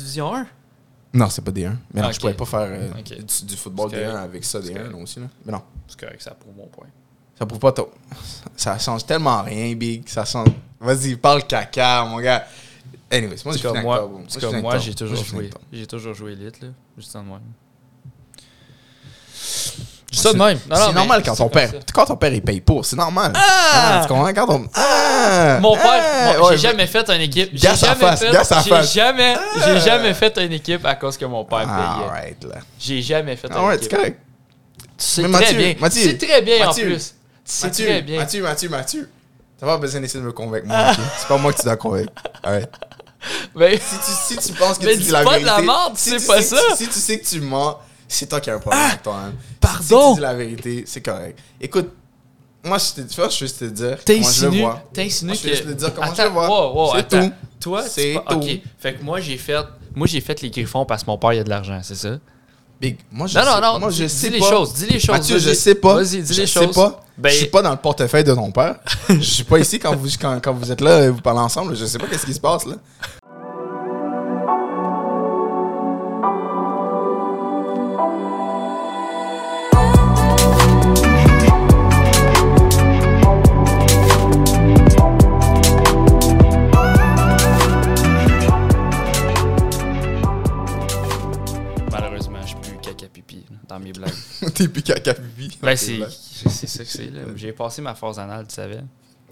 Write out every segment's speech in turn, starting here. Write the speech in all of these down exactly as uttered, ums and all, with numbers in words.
Division un? Non, c'est pas D un. Mais non, okay. je pourrais pas faire euh, okay. du, du football D un avec ça D un non, aussi. Là. Mais non. C'est correct, ça prouve mon point. Ça prouve pas tôt. Ça change tellement rien, Big. Ça change. Vas-y, parle caca, mon gars. Anyways, moi, c'est je comme moi, moi, c'est comme moi j'ai toujours joué. J'ai toujours joué élite, là. Juste en même. Juste ça de même. Non, c'est non, normal quand ton père. Quand ton père il paye pour, c'est normal. Ah! Ah, tu comprends? Quand ton. Ah! Mon père, ah! bon, ouais, j'ai jamais fait une équipe. J'ai jamais face, fait. J'ai jamais, ah! j'ai jamais fait une équipe à cause que mon père payait. Alright, là. J'ai jamais fait une ah, ouais, équipe. C'est correct. Tu sais Mais très Mathieu, bien. Mathieu, tu sais très bien Mathieu, en plus. Tu sais Mathieu, très bien. Mathieu, Mathieu, Mathieu. T'as pas besoin d'essayer de me convaincre, moi. Okay? C'est pas moi que tu dois convaincre. Alright. Mais si, tu, si tu penses que mais tu dis dis la pas vérité. de la merde, si c'est tu pas sais ça. Que, si tu sais que tu mens, c'est toi qui as un problème ah, avec toi-même. Pardon. Si tu dis la vérité, c'est correct. Écoute, moi, je te, tu vois, je vais juste te dire comment je le vois. T'insinues que... Je vais juste te dire comment attends, je le vois. Wow, wow, c'est attends. tout. Toi, c'est pas... tout. OK. Fait que moi, j'ai fait... Moi, j'ai fait les Griffons parce que mon père, il a de l'argent, c'est ça? Big, moi, je non, sais, non, non, moi, je dis, sais dis pas. les choses, dis les choses. Mathieu, je sais pas. Vas-y, dis je les sais choses. Pas. Ben... Je suis pas dans le portefeuille de ton père. Je suis pas ici quand vous, quand, quand vous êtes là et vous parlez ensemble. Je sais pas qu'est-ce qui se passe, là. Dans mes blagues. T'es plus caca pipi. Ben, c'est, c'est ça que c'est, là. J'ai passé ma phase anale, tu savais?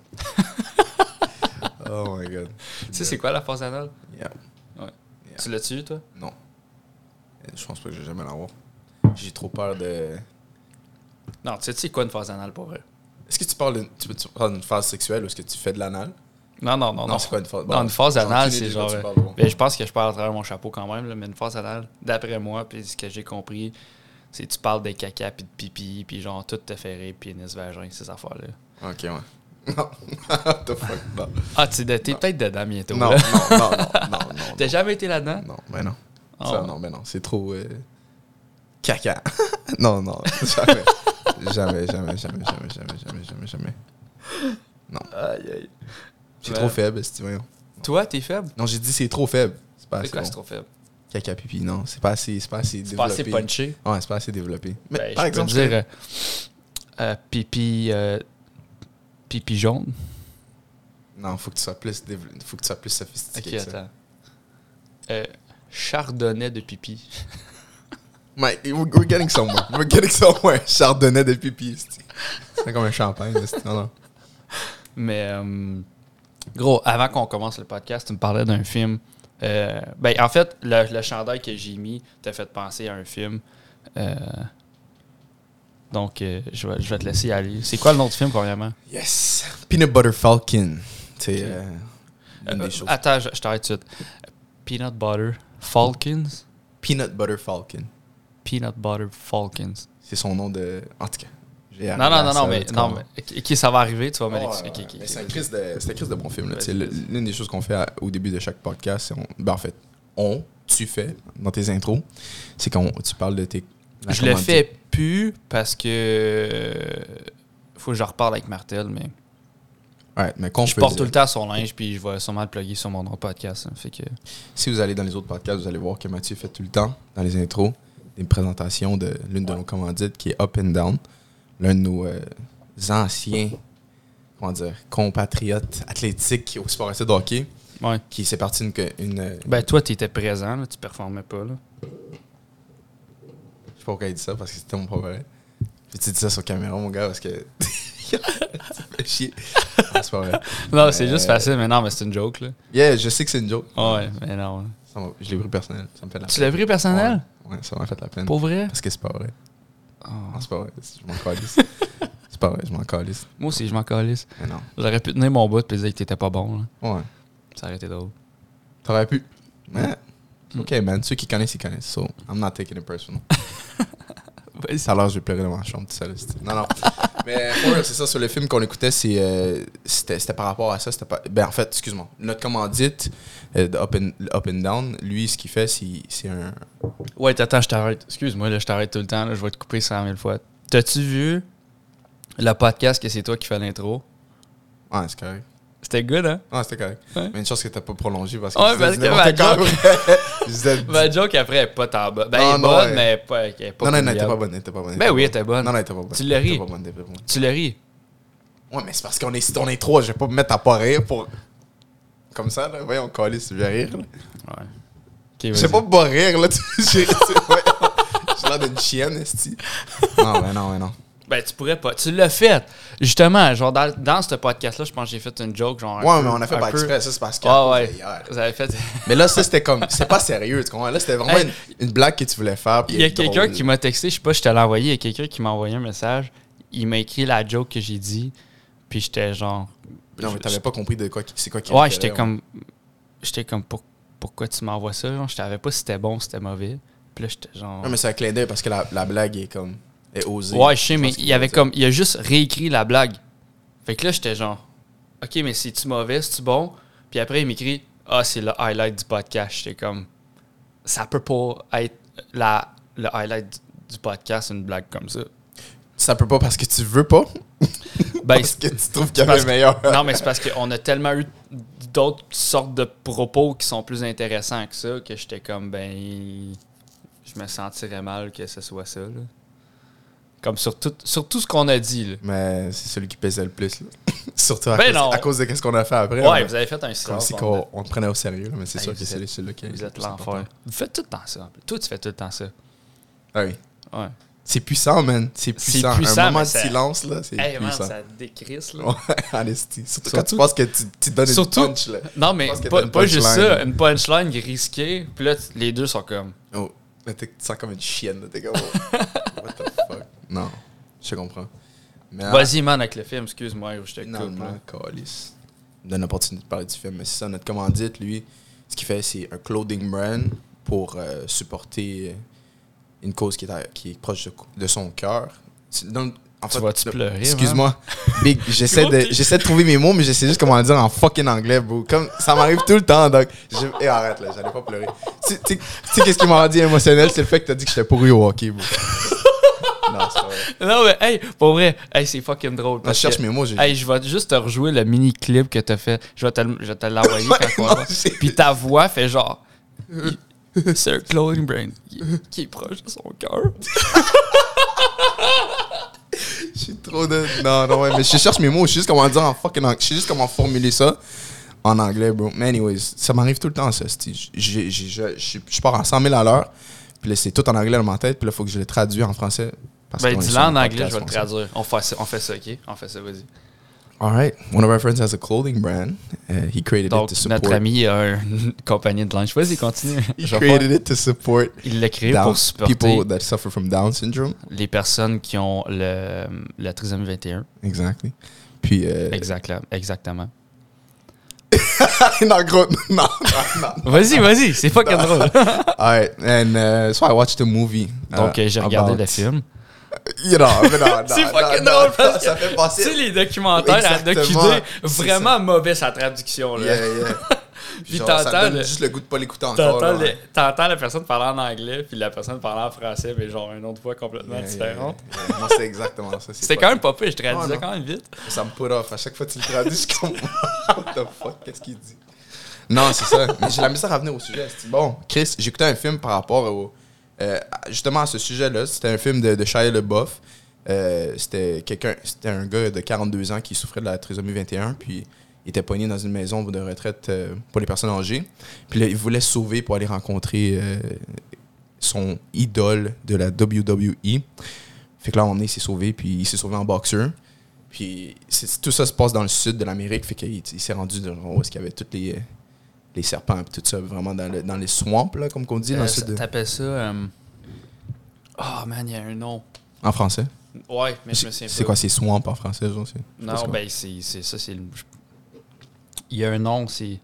Oh my god. Tu sais, c'est quoi la phase anale? Yeah. Ouais. Yeah. Tu l'as-tu eu, toi? Non. Je pense pas que je vais jamais l'avoir. J'ai trop peur de. Non, tu sais, c'est quoi une phase anale pour eux? Est-ce que tu parles d'une, tu, tu parles d'une phase sexuelle ou est-ce que tu fais de l'anal? Non, non, non. Non, non. c'est quoi une phase? Bon, non, une phase anale, c'est genre. Parles, ben, je pense que je parle à travers mon chapeau quand même, là, mais une phase anale, d'après moi, puis ce que j'ai compris, c'est que tu parles de caca puis de pipi, puis genre tout te fait rire, pénis, vagin, ces affaires-là. Ok, ouais. Non. What the fuck, non. Ah, tu t'es peut-être dedans bientôt. Non, là. non, non, non, non, non. T'as jamais été là-dedans? Non, ben non. Oh. Ça, non, ben non. C'est trop. Euh... Caca. non, non. Jamais. jamais, jamais, jamais, jamais, jamais, jamais, jamais, jamais. Non. Aïe, aïe. C'est ouais. trop faible, c'est voyons. Toi, t'es faible? Non, j'ai dit c'est trop faible. C'est pas assez. C'est quoi, bon. C'est trop faible? Caca pipi, non. C'est pas assez, c'est pas assez c'est développé. C'est pas assez punché? Ouais, c'est pas assez développé. Mais ben, par je exemple, peux dire euh, euh, pipi, euh, pipi jaune. Non, faut que tu sois plus, dévelop... faut que tu sois plus sophistiqué. Ok, attends. Euh, chardonnay de pipi. Mike, we're getting somewhere. We're getting somewhere. Chardonnay de pipi. C'est comme un champagne. Non, non. Mais, euh, gros, avant qu'on commence le podcast, tu me parlais d'un film. Euh, ben, en fait, le, le chandail que j'ai mis t'a fait penser à un film. Euh, donc, euh, je, vais, je vais te laisser aller. C'est quoi le nom du film, premièrement? Yes! Peanut Butter Falcon. C'est okay. euh, une euh, des choses. Attends, je, je t'arrête tout de suite. Peanut Butter Falcons? Peanut Butter Falcon. Peanut Butter Falcons. C'est son nom de... En tout cas. Non, non, non, non, mais, non, mais qui ça va arriver, tu vas me l'expliquer. Oh, ouais, ouais. C'est un crise de, de bon film. Là. C'est l'une des choses qu'on fait à, au début de chaque podcast. C'est on, ben en fait, on, tu fais dans tes intros, c'est quand tu parles de tes... Je le fais plus parce que euh, faut que je reparle avec Martel, mais... Ouais, mais qu'on je peut porte dire. tout le temps son linge, puis je vais sûrement le plugger sur mon autre podcast. Hein, fait que... Si vous allez dans les autres podcasts, vous allez voir que Mathieu fait tout le temps, dans les intros, des présentations de l'une de nos commandites qui est Up and Down. L'un de nos euh, anciens, comment dire, compatriotes athlétiques au sport de hockey, ouais. qui s'est parti une, une, une... Ben, toi, tu étais présent, là, tu performais pas, là. Je sais pas pourquoi il dit ça, parce que c'était mon préféré. Puis tu dis ça sur caméra, mon gars, parce que... tu fais chier. Non, c'est pas vrai. Non, mais... c'est juste facile, mais non, mais c'est une joke, là. Yeah, je sais que c'est une joke. Oh, ouais, mais non. Ça je l'ai pris personnel, ça me fait de la Tu l'as pris personnel? Ouais, ouais, ça m'a fait la peine. Pour vrai? Parce que c'est pas vrai. Oh. Non, c'est pas vrai, je m'en calisse. C'est pas vrai, je m'en calisse. Moi aussi, je m'en calisse. Mais non. J'aurais pu tenir mon bout et dire que t'étais pas bon, là. Ouais. Ça aurait été drôle. T'aurais pu. Mais, ok, man, ceux qui connaissent, ils connaissent. So, I'm not taking it personal. Ça a l'air, je vais pleurer dans ma chambre, tout ça. Non, non. Mais, ouais, c'est ça, sur le film qu'on écoutait, c'est, euh, c'était, c'était par rapport à ça. C'était pas, ben, en fait, excuse-moi. Notre commandite euh, de Up and, Up and Down, lui, ce qu'il fait, c'est, c'est un. Ouais, attends, je t'arrête. Excuse-moi, là, je t'arrête tout le temps. Là, je vais te couper cent mille fois. T'as-tu vu le podcast que c'est toi qui fais l'intro? Ouais, c'est correct. C'était good, hein? Ah, c'était correct. Ouais. Mais une chance que t'as pas prolongé parce que Ouais, je parce disais que n'importe ma quoi joke- après. Je disais- Ma joke après, elle est pas tant bonne. Ben, Non, elle est non, bonne, ouais. mais pas, elle est pas Non, non, non, elle oubliable. était pas bonne. Elle était pas bonne. elle Ben était oui, pas elle était bonne. Non, non, elle était pas bonne. Tu le Elle était ris. pas bonne, elle était pas bonne. Tu le ris. Ouais, mais c'est parce qu'on est, on est trois. Je vais pas me mettre à pas rire pour. Comme ça, là. Voyons, calé, si je vais rire, là. Ouais. Ok, Je vas-y. sais pas pas rire, là. tu- J'ai voyons. J'ai l'air d'une chienne, esti. Non, mais non, mais non. Ben, tu pourrais pas. Tu l'as fait. Justement, genre, dans, dans ce podcast-là, je pense que j'ai fait une joke, genre. un Ouais, peu- mais on a fait un par peu- exprès. Ça, c'est parce que. Ah ouais. hier. Vous avez fait. Mais là, ça, c'était comme. C'est pas sérieux, tu comprends? Là, c'était vraiment Hey. une, une blague que tu voulais faire. puis Il y a elle est quelqu'un drôle. qui m'a texté, je sais pas, je te l'ai envoyé. Il y a quelqu'un qui m'a envoyé un message. Il m'a écrit la joke que j'ai dit. Puis j'étais genre. Non, mais t'avais pas compris de quoi c'est quoi qui Ouais, avait j'étais fait, comme. J'étais comme, pour- pourquoi tu m'envoies ça? Genre, je savais pas si c'était bon ou si c'était mauvais. Puis là, j'étais genre. Non, mais c'est un clin d'œil parce que la, la blague est comme. est osée. Ouais, je sais, mais pense qu'il il y avait voulait comme. Il a juste réécrit la blague. Fait que là, j'étais genre. Ok, mais c'est-tu mauvais? C'est-tu bon? Puis après, il m'écrit. Ah, c'est le highlight du podcast. J'étais comme. Ça peut pas être la, le highlight du, du podcast, une blague comme ça. Ça peut pas parce que tu veux pas. Ben, parce que tu trouves qu'il y parce avait meilleur. Non, mais c'est parce qu'on a tellement eu d'autres sortes de propos qui sont plus intéressants que ça que j'étais comme, ben. Je me sentirais mal que ce soit ça, là. Comme sur tout, sur tout ce qu'on a dit, là. Mais c'est celui qui pesait le plus. Là. Surtout à, Ben cause, non. à cause de ce qu'on a fait après. Ouais, là. vous avez fait un Comme silence. si en qu'on fait. on te prenait au sérieux. Là, mais c'est Hey, sûr vous que c'est êtes- celui-là qui est Vous le êtes plus l'enfer. important. Vous faites tout le temps ça. en plus. Toi, tu fais tout le temps ça. Ah oui. Ouais. C'est puissant, man. C'est C'est puissant. puissant, Un moment mais de ça- silence, là, c'est Hey, man, puissant. ça décrisse, là. Ouais, en esti. Surtout, quand Surtout- tu penses que tu, tu donnes Surtout- une punch, là. Non, mais Je pense que pas, t'as une pas juste punchline. ça. Une punchline risquée. Puis là, t- les deux sont comme. Oh, là, t'es- tu te sens comme une chienne, là. T'es comme, oh, what the fuck. Non, je comprends. Mais, ah, Vas-y, man, avec le film, excuse-moi, je te coupe. finalement, là. calice. Me donne l'opportunité de parler du film. Mais c'est ça, notre commandite, lui, ce qu'il fait, c'est un clothing brand pour euh, supporter une cause qui est, à- qui est proche de, de son cœur. C'est- donc, en Tu fait, vas-tu le- pleurer, Excuse-moi. Big, j'essaie Gros, de, t'es- j'essaie de trouver mes mots, mais j'essaie juste comment le dire en fucking anglais, bro. Comme, ça m'arrive tout le temps, donc. Je, et arrête, là, j'allais pas pleurer. Tu tu- tu sais, qu'est-ce qui m'a rendu émotionnel? C'est le fait que t'as dit que j'étais pourri au hockey, bro. Non, c'est pas vrai. Non, mais hey, pour vrai, hey, c'est fucking drôle. Non, parce je cherche que- mes mots, j'ai. Hey, je vais juste te rejouer le mini-clip que t'as fait. Je vais te, le- je vais te l'envoyer Ouais, quand on non, va. j'ai- Puis ta voix fait genre. C'est un clothing brand qui, qui est proche de son cœur. Je suis trop de. Non, non, ouais, mais je cherche mes mots. Je sais juste comment le dire en fucking anglais. Je sais juste comment formuler ça en anglais, bro. Mais, anyways, ça m'arrive tout le temps, ça. c'est- j'ai- j'ai- Je je- je pars à cent mille à l'heure. Puis là, c'est tout en anglais dans ma tête. Puis là, il faut que je le traduise en français. parce Ben, qu'on est dis-le sur en un anglais, podcast je vais le français. traduire. On fait ça, on fait ça, ok? On fait ça, vas-y. All right. One of our friends has a clothing brand. Uh, he created Donc, it to support. notre ami a une compagnie de linge. Vas-y, continue. He Je vais created it to support Il l'a créé down- pour supporter people that suffer from Down syndrome. les personnes qui ont le, la trisomie vingt et un. Exactly. Puis. Euh, Exactement. Exactement. non, gros. Non, non, non. Vas-y, vas-y, c'est fucking drôle. All right. And uh, so I watched a movie. Donc, uh, euh, j'ai regardé about- le film. You know, mais non, non, C'est non, fucking non, drôle non, parce que ça fait passer. Tu sais, les documentaires à Exactement, docuder, c'est vraiment mauvais sa traduction. Là. Yeah, yeah. Puis Genre, t'entends ça me donne le- juste le goût de pas l'écouter encore. T'entends, là. le- t'entends la personne parler en anglais, puis la personne parler en français, mais genre une autre voix complètement Yeah, yeah, différente. yeah, yeah. Non, c'est exactement ça. c'est C'était pas- quand même pas pire, je traduisais Oh, non. quand même vite. Ça me put off. À chaque fois que tu le traduis, je suis comme. What the fuck, qu'est-ce qu'il dit? Non, c'est ça. Mais j'ai la misère à venir au sujet. C'est bon, Chris, j'écoutais un film par rapport au. euh, justement à ce sujet-là. C'était un film de, de Shia LaBeouf. Euh, c'était quelqu'un, c'était un gars de quarante-deux ans qui souffrait de la trisomie vingt et un, puis il était pogné dans une maison de retraite euh, pour les personnes âgées. Puis là, il voulait se sauver pour aller rencontrer euh, son idole de la W W E. Fait que là, on est, il s'est sauvé, puis il s'est sauvé en boxeur. Puis c'est- tout ça se passe dans le sud de l'Amérique, fait qu'il il s'est rendu de où est-ce qu'il y avait tous les, euh, les serpents et tout ça, vraiment dans, le, dans les swamps, là, comme qu'on dit, dans Euh, le sud de- T'appelles ça. euh, Oh man, il y a un nom. en français. Ouais, mais je me souviens C'est pas. c'est quoi, c'est swamp en français, genre? c'est- je sais pas Non, c'est quoi. ben c'est c'est ça, c'est le. Il y a un nom, c'est.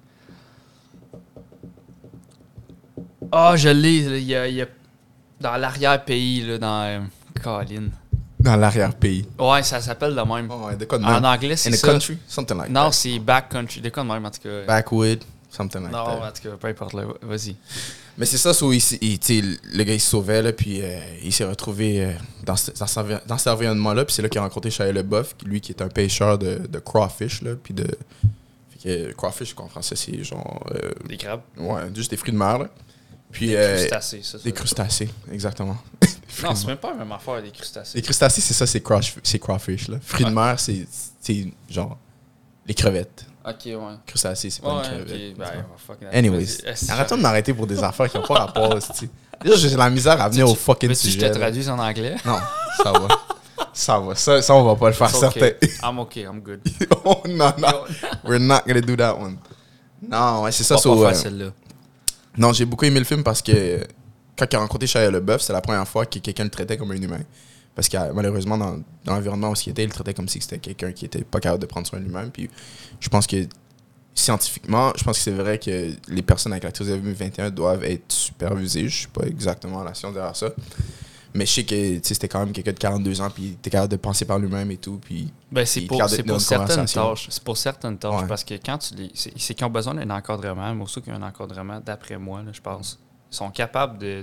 Ah, je l'ai, là, il y a, il y a- dans l'arrière-pays, là, dans euh, Colin. Dans l'arrière-pays. Ouais, ça s'appelle de même. Oh, ouais, de quoi de En même? anglais, c'est In a ça. country? Something like Non, that. c'est backcountry. De quoi de même, en tout cas. Backwood, something like non, that. en tout cas, peu importe, là. Vas-y. Mais c'est ça, so, il, s- il- tu sais, le gars il se sauvait, là, puis euh, il s'est retrouvé euh, dans, ce- dans, ce- dans cet environnement-là, puis c'est là qu'il a rencontré Shia LaBeouf, qui, lui qui est un pêcheur de, de crawfish, là, puis de... Fait Que crawfish, quoi, en français, c'est genre. Euh, Des crabes? Ouais, juste des fruits de mer. Là. Puis, des euh, crustacés, ça. Des crustacés, exactement. Non, c'est même pas la même affaire, des crustacés. Les crustacés, c'est ça, c'est crawfish, c'est crawfish là. Fruits ouais. de mer, c'est, c'est genre les crevettes. Ok, ouais. Crustacés, c'est pas ouais, une crevette. Ok, ben, oh, fuck. Anyways, arrête-toi de m'arrêter pour des affaires qui n'ont pas rapport. Déjà, j'ai la misère à venir tu, au fucking tu, sujet. Tu je te traduis en anglais? Non, ça va. Ça va. Ça, ça, on va pas le faire, certain. Okay. I'm okay, I'm good. Oh, non, non. We're not gonna do that one. Non, ouais, c'est ça. On so, va euh, faire celle-là. Non, j'ai beaucoup aimé le film parce que quand il a rencontré Shia LaBeouf, c'était la première fois que quelqu'un le traitait comme un humain. Parce que malheureusement, dans, dans l'environnement où il était, il le traitait comme si c'était quelqu'un qui était pas capable de prendre soin de lui-même. Puis je pense que scientifiquement, je pense que c'est vrai que les personnes avec la trisomie vingt et un doivent être supervisées. Je sais pas exactement la science derrière ça. Mais je sais que c'était quand même quelqu'un de quarante-deux ans, puis il était capable de penser par lui-même et tout. Puis ben, c'est pour, c'est pour certaines tâches. C'est pour certaines tâches. Ouais. Parce que quand tu les. C'est, c'est qu'ils ont besoin d'un encadrement, mais aussi qu'ils ont un encadrement, d'après moi, là, je pense. Ils sont capables de.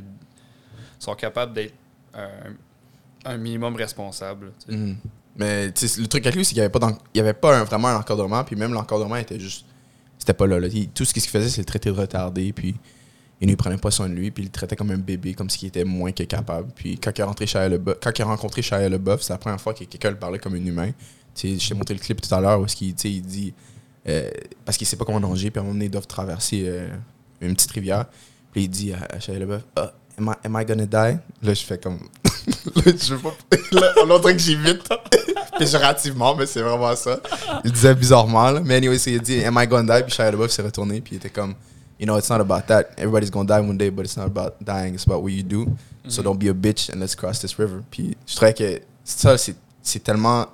Ils sont capables d'être un, un minimum responsable. Mm. Mais le truc avec lui, c'est qu'il n'y avait pas un, vraiment un encadrement, puis même l'encadrement était juste. C'était pas là. là. Il, tout ce qu'il faisait, c'est le traiter de retardé, puis il ne prenait pas soin de lui, puis il le traitait comme un bébé, comme s'il était moins que capable. Puis quand il a, rentré Shia LaBeouf, quand il a rencontré Shia LaBeouf, c'est la première fois que quelqu'un le parlait comme un humain. T'sais, je t'ai montré le clip tout à l'heure où il, il dit. Euh, parce qu'il sait pas comment nager, puis à un moment donné, ils doivent traverser euh, une petite rivière. Puis il dit à, à Shia LaBeouf, oh, am, I, am I gonna die? Là, je fais comme. là, je veux pas. Là, on dirait que j'évite. Péjorativement, mais c'est vraiment ça. Il disait bizarrement, là. Mais anyway, il a dit, am I gonna die? Puis Shia LaBeouf s'est retourné, puis il était comme. You know, it's not about that. Everybody's gonna die one day, but it's not about dying. It's about what you do. Mm-hmm. So don't be a bitch and let's cross this river. Puis je trouvais que ça, c'est, c'est tellement...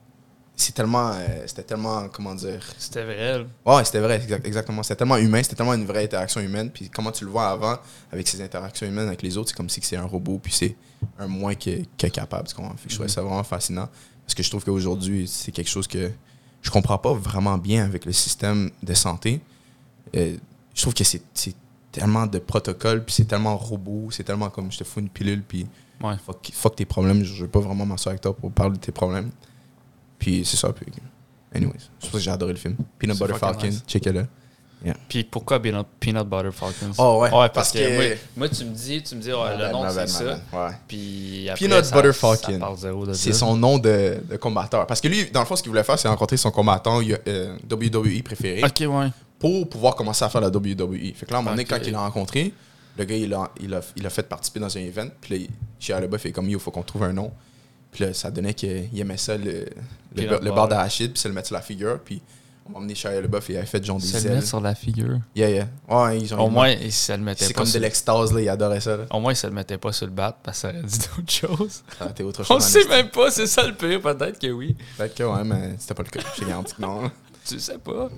C'est tellement... Euh, c'était tellement... Comment dire? C'était vrai. Ouais, c'était vrai, exactement. C'était tellement humain. C'était tellement une vraie interaction humaine. Puis comment tu le vois avant, avec ces interactions humaines avec les autres, c'est comme si c'est un robot, puis c'est un moins qui est, qui est capable. Fait que je trouvais mm-hmm. ça vraiment fascinant. Parce que je trouve qu'aujourd'hui, c'est quelque chose que je comprends pas vraiment bien avec le système de santé. Euh, Je trouve que c'est, c'est tellement de protocoles, puis c'est tellement robot, c'est tellement comme je te fous une pilule, puis ouais. fuck, fuck tes problèmes. Je veux pas vraiment m'asseoir avec toi pour parler de tes problèmes. Puis c'est ça. Puis, anyways, je pense que j'ai adoré le film. Peanut c'est Butter Falcon, nice. Check-le. Yeah. Puis pourquoi Peanut, Peanut Butter Falcons? Oh ouais, ouais parce, parce que, que moi, moi, tu me dis, tu me dis ouais, le nom bad, c'est bad, ça. bad, ouais. Puis après, Peanut ça, Butter ça, Falcon, ça c'est son nom de, de combattant. Parce que lui, dans le fond, ce qu'il voulait faire, c'est rencontrer son combattant euh, W W E préféré. Ok, ouais. Pour pouvoir commencer à faire la W W E. Fait que là, à un moment donné, okay. quand il l'a rencontré, le gars, il a, il a, il a fait participer dans un event. Puis là, Shia LaBeouf fait comme, il faut qu'on trouve un nom. Puis là, ça donnait qu'il aimait ça, le, le, le, le beurre d'arachide, puis ça le mettre sur la figure. Puis on m'a emmené Shia LaBeouf et il avait fait genre des ailes. Ça le mettre sur la figure? Yeah, yeah. Ouais, ils ont Au moins, il se le mettait c'est pas. C'est comme sur... de l'extase, là, il adorait ça. Là. Au moins, il se le mettait pas sur le bat parce que ça aurait dit d'autres choses. Ça aurait autre chose. On sait même pas, c'est ça le pire, peut-être que oui. Peut-être que ouais, mais c'était pas le cas. J'ai garanti que non. Tu sais pas.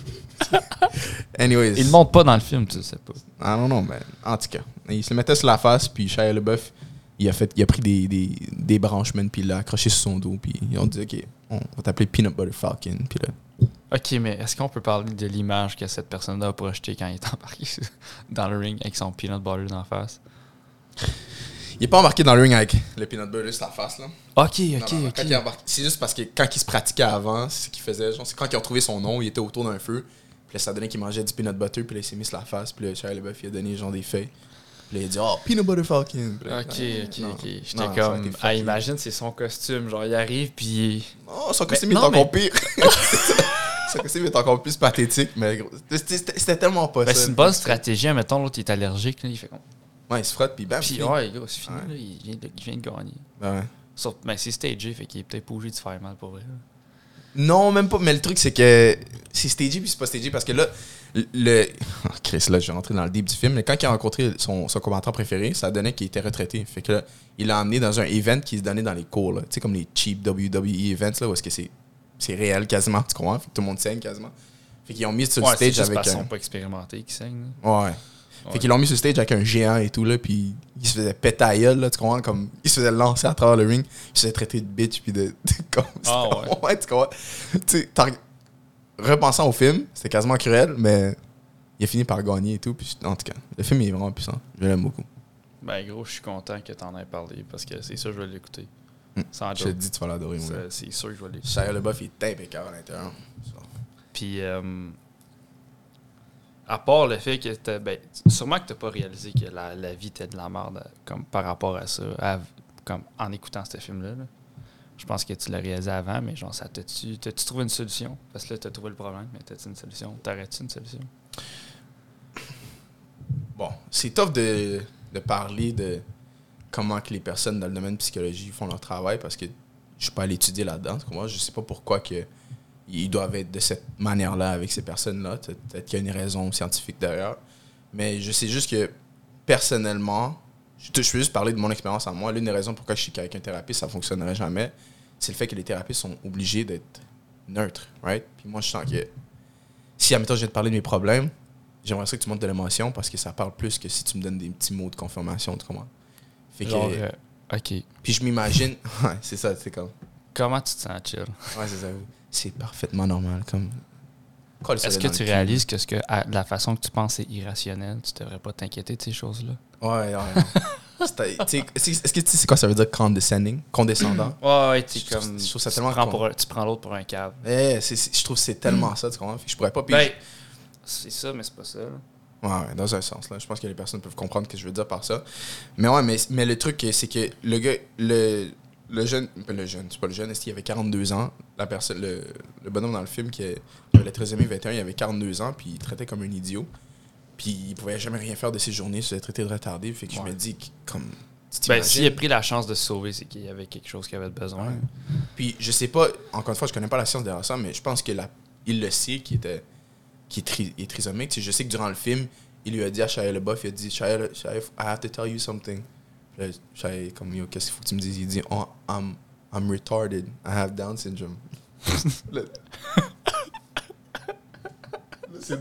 Anyways. Il le montre pas dans le film, tu sais pas. Ah non, non, mais en tout cas. Il se le mettait sur la face, puis Shia LaBeouf, il a, fait, il a pris des, des, des branches, man, puis il l'a accroché sur son dos, puis ils ont dit, OK, on va t'appeler Peanut Butter Falcon, puis là... OK, mais est-ce qu'on peut parler de l'image que cette personne-là a projetée quand il est embarqué dans le ring avec son Peanut Butter dans la face? Il est pas embarqué dans le ring avec le Peanut Butter sur la face, là. OK, OK, non, non, OK. Quand il embarqué, c'est juste parce que quand il se pratiquait avant, c'est ce qu'il faisait, genre, c'est quand il a trouvé son nom, il était autour d'un feu, puis là, ça donnait qu'il mangeait du Peanut Butter, puis là, il s'est mis sur la face, puis là, Shia LaBeouf, il a donné genre des feuilles. Puis là, il a dit, oh, Peanut Butter Falcon. Là, ok, non, ok, non, ok. J'étais non, comme, ah, imagine, c'est son costume. Genre, il arrive, puis. Oh, son costume mais, est non, encore mais... pire. Son costume est encore plus pathétique, mais c'était, c'était, c'était tellement pas ben, ça. C'est une bonne stratégie. Mettons, l'autre, il est allergique, là, il fait comme. Ouais, il se frotte, puis bam. Puis, ouais, gars, c'est fini, ouais. Là, il, vient de, il vient de gagner. Ben ouais. Sauf, ben, c'est stagé, fait qu'il est peut-être pas obligé de se faire mal pour vrai. Là. Non, même pas. Mais le truc, c'est que c'est stagé, puis c'est pas stagé, parce que là, le. Oh, Chris, là, je vais rentrer dans le deep du film, mais quand il a rencontré son, son commentateur préféré, ça donnait qu'il était retraité. Fait que là, il l'a emmené dans un event qui se donnait dans les cours, là. Tu sais, comme les cheap W W E events, là, où est-ce que c'est, c'est réel quasiment, tu comprends? Fait que tout le monde saigne quasiment. Fait qu'ils ont mis sur le ouais, stage c'est juste avec. Parce qu'ils un... sont pas expérimentés qui saignent. Ouais. Ouais. Fait qu'ils l'ont mis sur le stage avec un géant et tout, là, puis il se faisait péter à gueule, là, tu comprends? Comme, il se faisait lancer à travers le ring, il se faisait traiter de bitch, puis de. de comme, ah ouais. Ouais, tu comprends? Tu sais, repensant au film, c'était quasiment cruel, mais il a fini par gagner et tout, puis en tout cas, le film est vraiment puissant. Je l'aime beaucoup. Ben, gros, je suis content que t'en aies parlé, parce que c'est sûr que je vais l'écouter. Mm. Sans je te dis, tu vas l'adorer, moi. C'est, c'est sûr que je vais l'écouter. Shia LaBeouf est impeccable à l'intérieur. Puis Puis, euh, à part le fait que t'as, ben, sûrement que t'as pas réalisé que la, la vie était de la merde comme par rapport à ça, à, comme en écoutant ce film-là. Là. Je pense que tu l'as réalisé avant, mais genre, ça t'as-tu, t'as-tu trouvé une solution? Parce que là, t'as trouvé le problème, mais t'as-tu une solution? T'aurais-tu une solution? Bon, c'est tough de, de parler de comment que les personnes dans le domaine de psychologie font leur travail parce que je suis pas allé étudier là-dedans. Moi, je sais pas pourquoi que ils doivent être de cette manière-là avec ces personnes-là. Peut-être qu'il y a une raison scientifique derrière. Mais je sais juste que, personnellement, je, je peux juste parler de mon expérience en moi. L'une des raisons pourquoi je suis qu'avec un thérapeute, ça ne fonctionnerait jamais, c'est le fait que les thérapeutes sont obligés d'être neutres, right? Puis moi, je sens que si, admettons, je viens de parler de mes problèmes, j'aimerais ça que tu montres de l'émotion parce que ça parle plus que si tu me donnes des petits mots de confirmation, tu comprends? Fait Genre, que, euh, OK. Puis je m'imagine... Ouais, c'est ça, c'est comme... Comment tu te sens, chill? Ouais, c'est ça. C'est parfaitement normal, comme... Est-ce que tu réalises que, ce que à, la façon que tu penses est irrationnelle? Tu devrais pas t'inquiéter de ces choses-là? Ouais, ouais. Est-ce que tu sais c'est quoi ça veut dire condescending? Condescendant? Ouais, ouais, tu comme. Je trouve ça tu tellement. Prends pour un, tu prends l'autre pour un câble. Eh, c'est, c'est, je trouve que c'est tellement mm. ça, tu comprends? Fait que je pourrais pas. Ben, c'est ça, mais c'est pas ça. Là. Ouais, ouais, dans un sens. Là. Je pense que les personnes peuvent comprendre ce que je veux dire par ça. Mais ouais, mais, mais le truc, c'est que le gars, le, le jeune, pas le jeune, c'est pas le jeune, est-ce qu'il avait quarante-deux ans? La personne, le, le bonhomme dans le film qui avait la treizième vingt et un, il avait quarante-deux ans, puis il traitait comme un idiot. Puis il pouvait jamais rien faire de ses journées, il se faisait traiter de retardé. Fait que ouais. je me dis, comme. Ben, s'il a pris la chance de se sauver, c'est qu'il y avait quelque chose qu'il avait besoin. Ouais. Puis je sais pas, encore une fois, je connais pas la science derrière ça, mais je pense que la, il le sait qu'il était, qu'il est, tri, il est trisomique. Je sais que durant le film, il lui a dit à Shia LaBeouf, il a dit, Shia, Shia, I have to tell you something. Là, Shia, comme, yo, qu'est-ce qu'il faut que tu me dises? Il dit, oh, I'm, I'm retarded. I have Down syndrome. Là, c'est...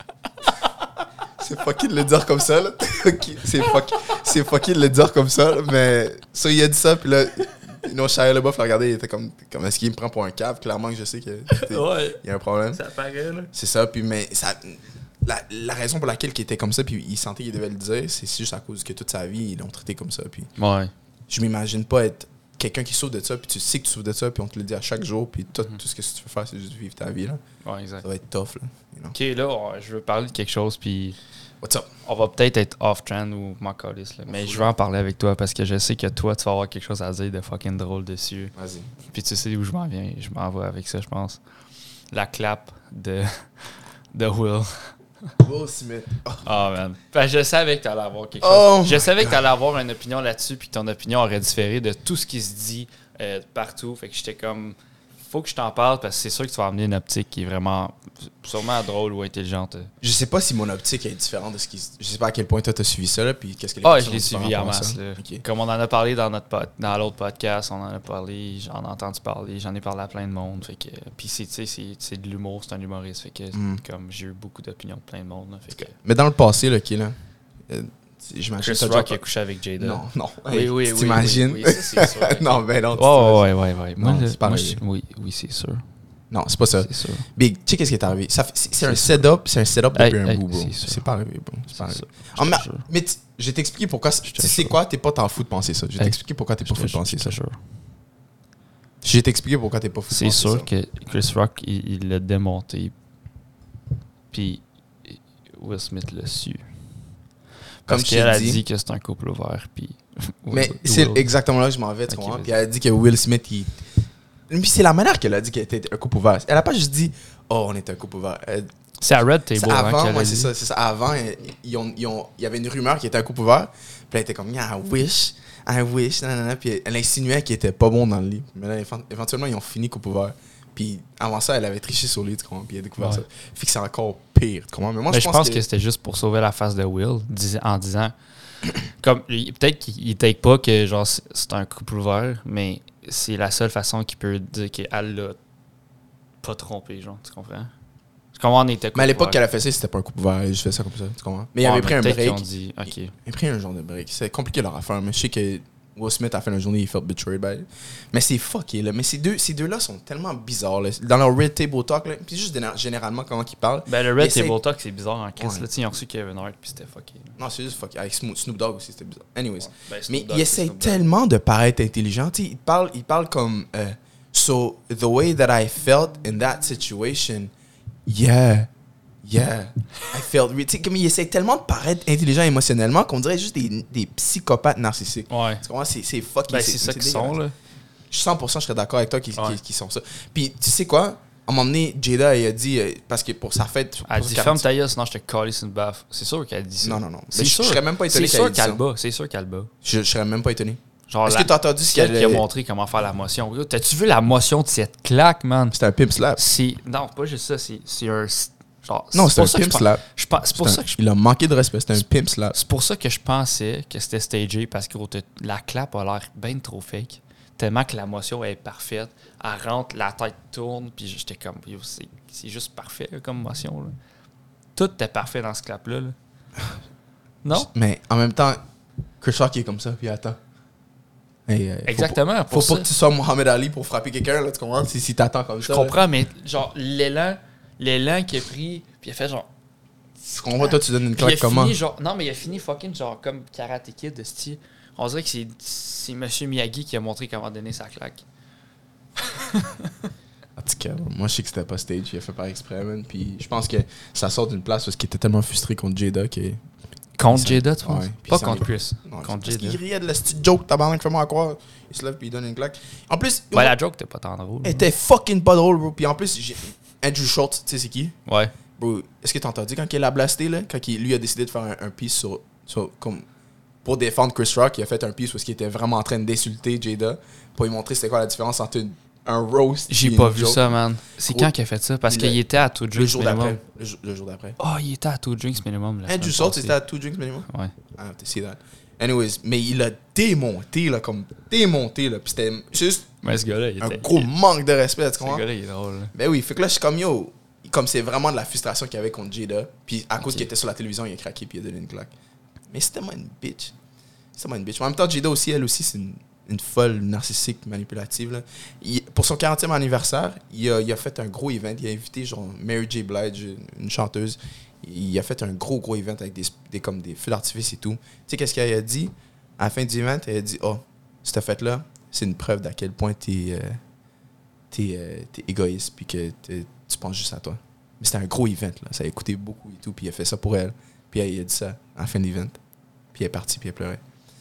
C'est fucking de le dire comme ça, là. c'est, fuck, c'est fucking de le dire comme ça, là. Mais ça, il a dit ça, puis là, non, Shia LaBeouf l'a regardé, il était comme, comme est-ce qu'il me prend pour un cave? Clairement que je sais qu'il ouais. y a un problème. Ça paraît, là. C'est ça, puis mais ça, la, la raison pour laquelle il était comme ça, puis il sentait qu'il devait le dire, c'est juste à cause que toute sa vie, ils l'ont traité comme ça. Puis ouais. Je m'imagine pas être quelqu'un qui souffre de ça, puis tu sais que tu souffres de ça, puis on te le dit à chaque jour, puis tout, mm-hmm. tout ce que tu veux faire, c'est juste vivre ta vie, là. Ouais, exact. Ça va être tough, là. You know? OK, là, je veux parler de quelque chose, puis... What's up? On va peut-être être off-trend ou m'en coller, là. Mais je veux en parler avec toi parce que je sais que toi, tu vas avoir quelque chose à dire de fucking drôle dessus. Vas-y. Puis tu sais où je m'en viens. Je m'en vais avec ça, je pense. La clap de, de Will. Will Smith. Oh, oh man. Fait, je savais que tu allais avoir quelque chose. Oh je savais God. que tu allais avoir une opinion là-dessus puis que ton opinion aurait différé de tout ce qui se dit euh, partout. Fait que j'étais comme... Faut que je t'en parle parce que c'est sûr que tu vas amener une optique qui est vraiment sûrement drôle ou intelligente. Je sais pas si mon optique est différente de ce qui... Je sais pas à quel point toi t'as suivi ça, là, puis qu'est-ce que les Ah, oh, je l'ai suivi en masse. Okay. Comme on en a parlé dans notre pod... dans l'autre podcast, on en a parlé, j'en ai entendu parler, j'en ai parlé à plein de monde. Fait que... Puis c'est, c'est, c'est de l'humour, c'est un humoriste. Fait que mm. comme j'ai eu beaucoup d'opinions de plein de monde. Là, fait que... Mais dans le passé, là, qui là... Euh... Chris Rock a couché avec Jada. Non, non. Oui, hey, oui, oui. T'imagines? Oui, oui, ça, c'est sûr. non, ben non. Oh, ouais, ouais, ouais. Moi, non, le, c'est pas moi, je, oui, oui, c'est sûr. Non, c'est pas ça. C'est sûr. Big, tu sais qu'est-ce qui est arrivé? Ça, c'est, c'est un setup, c'est un setup depuis hey, un hey, bout, bro. C'est, c'est pas arrivé, bro. C'est pas arrivé. Oh, mais mais t- je vais t'expliquer pourquoi. Tu sais quoi? T'es pas t'en fou de penser ça. Je vais hey, t'expliquer pourquoi t'es pas fou de penser ça. Sûr. Je vais t'expliquer pourquoi t'es pas fou de penser ça. C'est sûr que Chris Rock, il, il l'a démonté. Puis Will Smith l'a su. Parce Comme qu'elle a dit que c'est un couple ouvert. Puis mais Will, c'est Will. exactement là que je m'en vais, tu comprends? Puis elle a dit que Will Smith, il... Puis c'est la manière qu'elle a dit qu'elle était un couple ouvert. Elle a pas juste dit « Oh, on est un couple ouvert elle... ». C'est à Red Table, avant, hein, ouais, c'est ça, c'est ça. Avant, il y avait une rumeur qu'il était un couple ouvert. Puis elle était comme « I wish, I wish ». Puis elle insinuait qu'il était pas bon dans le lit. Mais là, éventuellement, ils ont fini couple ouvert. Puis avant ça, elle avait triché sur lui, tu comprends? Puis elle a découvert ouais. ça. Fait que c'est encore pire, tu comprends? Mais moi, mais je, je pense, pense que... que c'était juste pour sauver la face de Will en disant... comme peut-être qu'il take pas que genre c'est un couple ouvert, mais c'est la seule façon qu'il peut dire qu'elle l'a pas trompé, genre, tu comprends? Comment on était couple mais à l'époque ouvert. qu'elle a fait ça, c'était pas un couple ouvert, elle a juste fait ça comme ça, tu comprends? Mais il avait pris un break. Dit, okay. Il avait pris un genre de break. C'est compliqué leur affaire, mais je sais que Will Smith, à la fin de la journée, il felt betrayed by it. Mais c'est fucké, là. Mais ces, deux, ces deux-là sont tellement bizarres, là. Dans leur Red Table Talk, là. Puis juste généralement, comment ils parlent. Ben, le Red Table Talk, c'est bizarre en crise. Ouais. Là, ils ont reçu Kevin Hart, puis c'était fucké. Là. Non, c'est juste fucké. Avec Snoop Dogg aussi, c'était bizarre. Anyways. Ouais. Ben, mais Dogg, il essaie tellement de paraître intelligent. Tu sais, il parle, il parle comme. Uh, so, the way that I felt in that situation, Yeah. Yeah. I felt... Tu sais, comme il essaie tellement de paraître intelligent émotionnellement qu'on dirait juste des, des psychopathes narcissiques. Ouais. Tu comprends? C'est, c'est fucking... Ben, c'est, c'est ça qu'ils sont, là. cent pour cent, je serais d'accord avec toi qu'ils, ouais. qu'ils, qu'ils sont ça. Puis, tu sais quoi? À un moment donné, Jada, elle a dit... Parce que pour sa fête... Elle dit « Ferme ta gueule, sinon je te calisse une baffe. » C'est sûr qu'elle dit ça. Non, non, non. C'est je, sûr. Je serais même pas étonné c'est qu'elle sûr dise qu'elle ça. bat. C'est sûr qu'elle bat. Je, je serais même pas étonné. Genre, Est-ce la, que t'as entendu ce qu'elle... qui a montré comment faire la motion. T'as-tu vu la motion de cette claque, man? C'était un pimp slap. C'est... Non, pas juste ça. C'est, c'est un... Genre, non, c'est, c'est un pimp slap. Je pense, c'est pour ça un, que je, il a manqué de respect. C'était un pimp slap. C'est pour ça que je pensais que c'était stagé parce que gros, la clap a l'air bien trop fake. Tellement que la motion est parfaite. Elle rentre, la tête tourne, puis j'étais comme, yo, c'est, c'est juste parfait là, comme motion. Là. Tout était parfait dans ce clap-là. Là. Non? Mais en même temps, Chris Rock est comme ça, puis attends. Hey, euh, exactement. Faut, faut pas que tu sois Mohamed Ali pour frapper quelqu'un, là, tu comprends? Si, si t'attends comme je ça. Je comprends, là. mais genre, l'élan, l'élan qu'il a pris, puis il a fait genre. Tu comprends, toi, tu donnes une claque il a comment? Fini, genre, non, mais il a fini fucking genre comme Karate Kid de style. On dirait que c'est, c'est M. Miyagi qui a montré comment donner sa claque. En tout cas, moi, je sais que c'était pas stage, il a fait par exprès, man. Puis je pense que ça sort d'une place parce qu'il était tellement frustré contre Jada que. Contre Jada, tu penses? Ouais, pas contre Chris. Non, contre Jada. Parce qu'il riait de la petite joke, tabarnak, fais-moi croire. Il se lève puis il donne une claque. En plus. Ouais, la joke, t'es pas tant drôle. Elle était fucking pas drôle, bro. Puis en plus, j'ai... Andrew Schultz, tu sais c'est qui? Ouais. Bro, est-ce que t'as entendu quand il a blasté, là? Quand il, lui a décidé de faire un, un piece sur, sur. Comme. Pour défendre Chris Rock, il a fait un piece où il était vraiment en train d'insulter Jada. Pour lui montrer c'était quoi la différence entre une, un roast. J'ai pas vu ça, man. C'est quand qu'il a fait ça? Parce qu'il était à Two Drinks le jour Minimum. d'après. Le, jour, le jour d'après. Oh, il était à Two Drinks Minimum. Andrew Schultz était à Two Drinks Minimum? Ouais. I have to see that. Anyways, mais il a démonté, là, comme démonté, là. Puis c'était juste mais ce gars-là, il un était, gros il, manque de respect, tu comprends? Ce gars-là, il est drôle. Là. Ben oui, fait que là, je suis comme, yo, comme c'est vraiment de la frustration qu'il y avait contre Jada. Puis à cause okay. qu'il était sur la télévision, il a craqué puis il a donné une claque. Mais c'était tellement une bitch. C'est tellement une bitch. En même temps, Jada aussi, elle aussi, c'est une, une folle narcissique manipulative. Là. Il, pour son quarantième anniversaire, il a, il a fait un gros event. Il a invité genre Mary J. Blige, une chanteuse. Il a fait un gros, gros event avec des, des, comme des feux d'artifice et tout. Tu sais, qu'est-ce qu'elle a dit? À la fin du event, elle a dit, oh, cette fête-là, c'est une preuve d'à quel point t'es, euh, t'es, euh, t'es égoïste puis que tu penses juste à toi. Mais c'était un gros event, là. Ça a coûté beaucoup et tout. Puis il a fait ça pour elle. Puis elle, il a dit ça à la fin de l'event. Puis elle est partie, puis elle pleurait.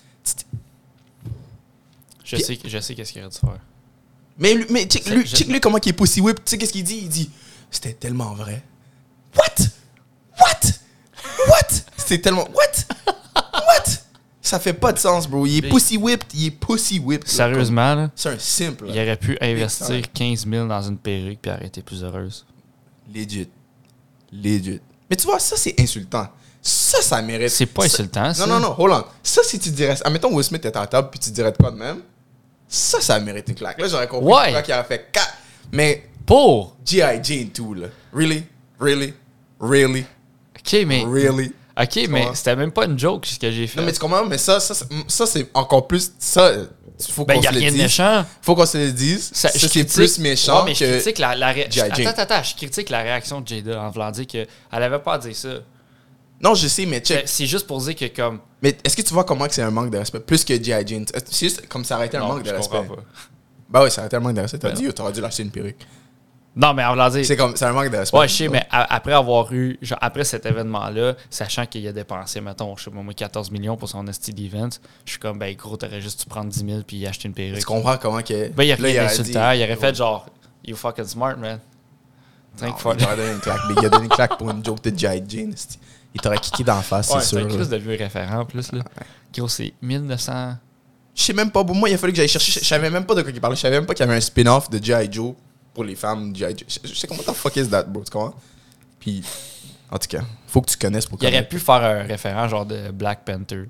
Je puis, sais, je sais qu'est-ce qu'il aurait dû faire. Mais, mais check, lui, check lui comment il est pussy whip. Tu sais qu'est-ce qu'il dit? Il dit, c'était tellement vrai. What? What? What? C'était tellement... What? What? Ça fait pas de sens, bro. Il est pussy whipped. Il est pussy whipped. Sérieusement, là. C'est un simple. Il aurait pu investir quinze mille dans une perruque puis arrêter plus heureuse. Legit. Legit. Mais tu vois, ça, c'est insultant. Ça, ça mérite... C'est pas ça, insultant, ça. Non, non, non. Hold on. Ça, si tu dirais... Admettons, Will Smith est à la table puis tu dirais de quoi de même, ça, ça mérite une claque. Là, j'aurais compris ouais. pourquoi il aurait fait quatre. Mais... Pour? G I. Jane tout, là. Really? Really? Really? OK, mais... Really? OK, tu mais comprends? C'était même pas une joke, ce que j'ai fait. Non, mais tu comprends? Mais ça, ça, ça, ça c'est encore plus... Ça, faut ben, qu'on y a se le rien dise. de méchant. Faut qu'on se le dise. Ça, ça c'est critique, plus méchant ouais, mais je que critique la, la ré... G I. Jane. Attends, attends, attends. Je critique la réaction de Jada en voulant dire qu'elle avait pas à dire ça. Non, je sais, mais check. C'est juste pour dire que comme... Mais est-ce que tu vois comment que c'est un manque de respect? Plus que G I. Jane. C'est juste comme ça aurait été un non, manque de je respect. Pas. Bah ouais, ça aurait été un manque de respect. T'as ben dit, t'aurais dû lâcher une perruque. Non, mais en voulant dire... C'est comme, c'est un manque de respect. Ouais, je sais, mais a, après avoir eu... Genre, après cet événement-là, sachant qu'il a dépensé, mettons, je sais pas moi, quatorze millions pour son esti d'event, je suis comme, ben gros, t'aurais juste dû prendre dix mille puis acheter une perruque. Tu comprends comment que... Ben, il a là, rien aurait d'insultant. dit- Il aurait fait genre, you fucking smart, man. Non, Thank for il t'aurait donné une claque. Mais il a donné une claque pour une joke de G I. Jane. c'est- Il t'aurait kické d'en face, Ouais, c'est c'est un sûr. crise là. de vieux référent, en plus, là. Gros, c'est mille neuf cents... Je sais même pas, pour moi, il a fallu que j'aille chercher. Je savais même pas de quoi il parlait. Je savais même pas qu'il y avait un spin-off de G I. Joe pour les femmes G I. Joe. Je je sais comment the fuck is that, bro, tu comprends? Puis, en tout cas, faut que tu connaisses pour Il aurait connaître. pu faire un référent genre de Black Panther.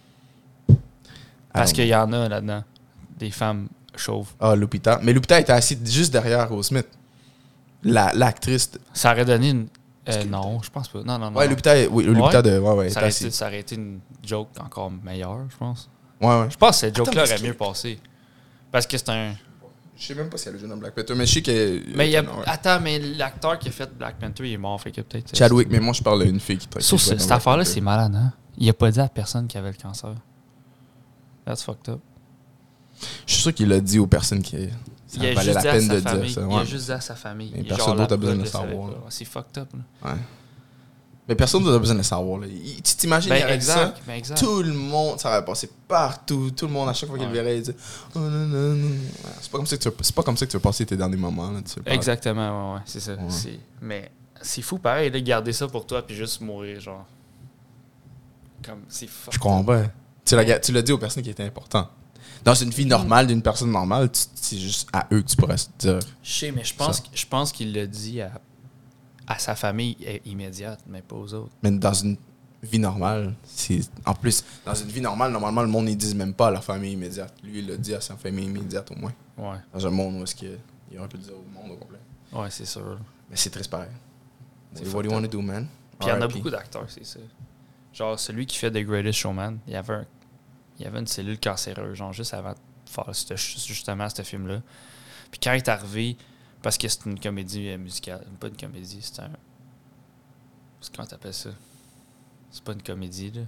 Parce Ah, qu'il y en a là-dedans. Des femmes chauves. Ah, Lupita. Mais Lupita était assise juste derrière Will Smith. La, l'actrice. de- Ça aurait donné une... Euh, non, je pense pas. Non, non, non. Ouais, Lupita, est- oui, Lupita Ouais. de. Ouais, ouais, ça, était aurait assise. été, ça aurait été une joke encore meilleure, je pense. Ouais, ouais. Je pense que cette joke-là Attends, aurait mais mieux passé. Parce que c'est un... Je sais même pas si elle a joué dans Black Panther, mais je sais que. Mais il y a... Ouais. Attends, mais l'acteur qui a fait Black Panther, il est mort, fait que peut-être... Chadwick, mais moi, je parle d'une fille qui travaille. Sauf qui ce- jouait dans cette Black affaire-là, Panther. c'est malade, hein? Il a pas dit à personne qu'il avait le cancer. That's fucked up. Je suis sûr qu'il l'a dit aux personnes qui. Ça il a valait juste la dit à peine sa de famille. dire ça. Il Ouais. a juste dit à sa famille. Mais Genre, personne d'autre la a besoin de prod le le savait savoir. pas. C'est fucked up. Là. Ouais. Mais personne d'autre a besoin de le savoir. Là. Il- tu t'imagines, Ben, il aurait dit ça, exact, ben, exact. tout le monde, ça aurait passé partout. Tout le monde, à chaque fois qu'il Ouais. le verrait, il dit oh, non, non, non. Ouais, c'est pas comme ça que tu veux, c'est pas comme ça que tu veux passer tes derniers moments. Là, tu veux pas- Exactement, ouais, ouais, c'est ça. Ouais. C'est... Mais c'est fou, pareil, de garder ça pour toi puis juste mourir, genre. Comme, c'est fucked Je comprends pas. Tu l'as, tu l'as dit aux personnes qui étaient importantes. Dans une vie normale d'une personne normale, tu- c'est juste à eux que tu pourrais se dire. Je sais, mais je pense, Ça. que- je pense qu'il l'a dit à, à sa famille i- immédiate, mais pas aux autres. Mais dans une vie normale, c'est. En plus, dans une vie normale, normalement, le monde ne dit même pas à la famille immédiate. Lui, il l'a dit à sa famille immédiate au moins. Ouais, Dans un monde où est-ce qu'il il aurait pu le dire au monde au complet. ouais, c'est sûr. Mais c'est triste pareil. C'est C'est what do you want to do, man? Puis il y en a R I P. beaucoup d'acteurs, c'est ça. Genre, celui qui fait The Greatest Showman, il y avait, un, il y avait une cellule cancéreuse, genre, juste avant de faire ce- justement ce film-là. Puis quand il est arrivé, parce que c'est une comédie euh, musicale, pas une comédie, c'est un. C'est comment t'appelles ça? C'est pas une comédie, là.